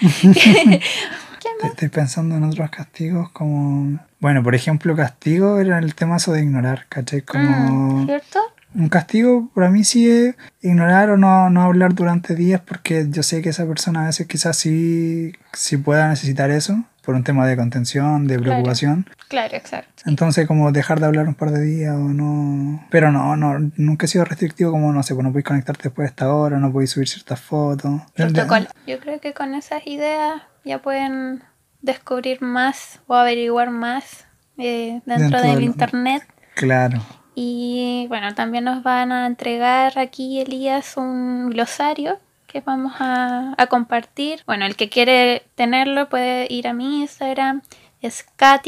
Estoy pensando en otros castigos como... Bueno, por ejemplo, castigo era el tema eso de ignorar, ¿cachai? Como... ¿Cierto? Un castigo para mí sí es ignorar o no hablar durante días, porque yo sé que esa persona a veces quizás sí pueda necesitar eso por un tema de contención, de preocupación. Claro, exacto. Entonces como dejar de hablar un par de días o no... Pero nunca he sido restrictivo como, no sé, pues no podéis conectarte después de esta hora, no podéis subir ciertas fotos. Protocolo. Yo creo que con esas ideas ya pueden descubrir más o averiguar más dentro del internet. Claro. Y bueno, también nos van a entregar aquí, Elías, un glosario que vamos a compartir. Bueno, el que quiere tenerlo puede ir a mi Instagram. Es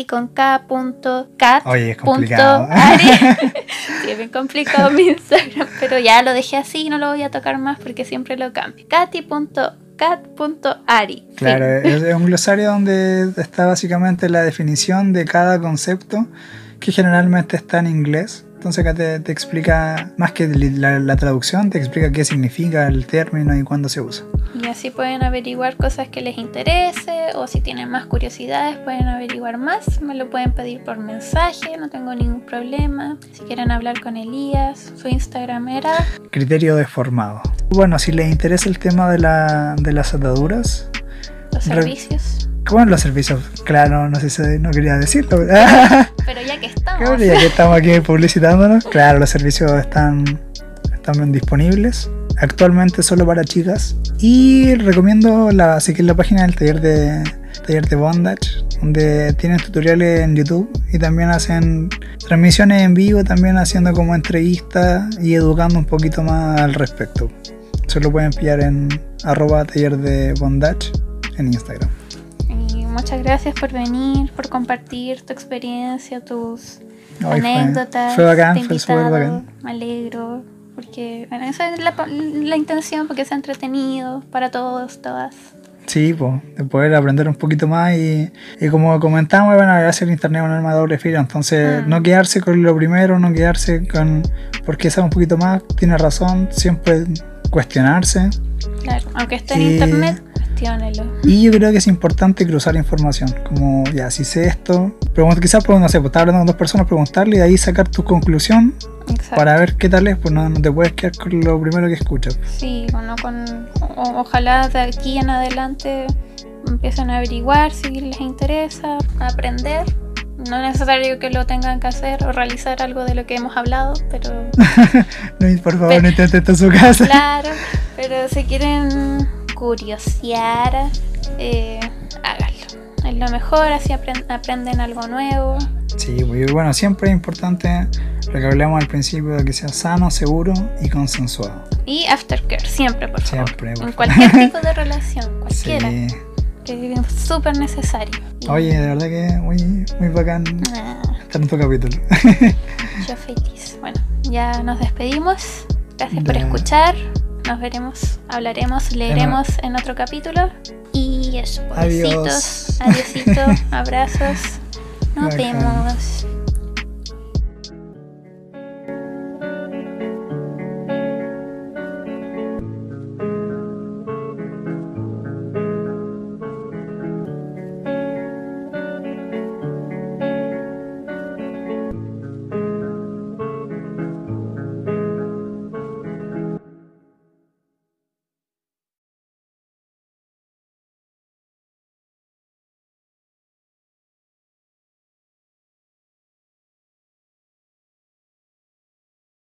katy.cat. Oye, es complicado. Sí, es bien complicado mi Instagram, pero ya lo dejé así y no lo voy a tocar más porque siempre lo cambio. katy.cat.ari. Claro, es un glosario donde está básicamente la definición de cada concepto, que generalmente está en inglés. Entonces acá te explica, más que la traducción, te explica qué significa el término y cuándo se usa. Y así pueden averiguar cosas que les interese, o si tienen más curiosidades pueden averiguar más. Me lo pueden pedir por mensaje, no tengo ningún problema. Si quieren hablar con Elías, su Instagram era... Criterio deformado. Bueno, si les interesa el tema de las ataduras... Los servicios. Bueno, los servicios, claro, no sé si no quería decirlo. Pero ya que estamos. Claro, ya que estamos aquí publicitándonos, claro, los servicios están disponibles. Actualmente solo para chicas. Y recomiendo seguir la página del taller de bondage, donde tienen tutoriales en YouTube y también hacen transmisiones en vivo, también haciendo como entrevistas y educando un poquito más al respecto. Se lo pueden pillar en @tallerdebondage en Instagram. Muchas gracias por venir, por compartir tu experiencia, tus anécdotas. Fue bacán, fue súper bacán. Me alegro, porque bueno, esa es la intención, porque sea entretenido para todos, todas. Sí, pues, de poder aprender un poquito más y como comentamos, bueno, gracias al internet es un arma de doble filo, entonces no quedarse con lo primero, no quedarse con porque sabe un poquito más, tiene razón, siempre cuestionarse. Claro, aunque esté en internet, cuestiónelo. Y yo creo que es importante cruzar información, como ya, si sé esto, quizás, no sé, pues estar hablando con dos personas, preguntarle y de ahí sacar tu conclusión. Exacto. Para ver qué tal es, pues no te puedes quedar con lo primero que escuchas. Sí, bueno, ojalá de aquí en adelante empiecen a averiguar si les interesa, a aprender No es necesario que lo tengan que hacer o realizar algo de lo que hemos hablado, pero... No, por favor, no intenten esto en su casa. Claro, pero si quieren curiosear, háganlo. Es lo mejor, así aprenden algo nuevo. Sí, muy bueno, siempre es importante lo que hablamos al principio, de que sea sano, seguro y consensuado. Y aftercare, siempre, por favor. Siempre, por en cualquier tipo de relación, cualquiera. Sí. Que es súper necesario. Oye, de verdad que muy bacán estar en tu capítulo. Yo feliz. Bueno, ya nos despedimos. Gracias por escuchar. Nos veremos, hablaremos, leeremos en otro capítulo. Y eso, besitos, adiósito, abrazos. Nos vemos.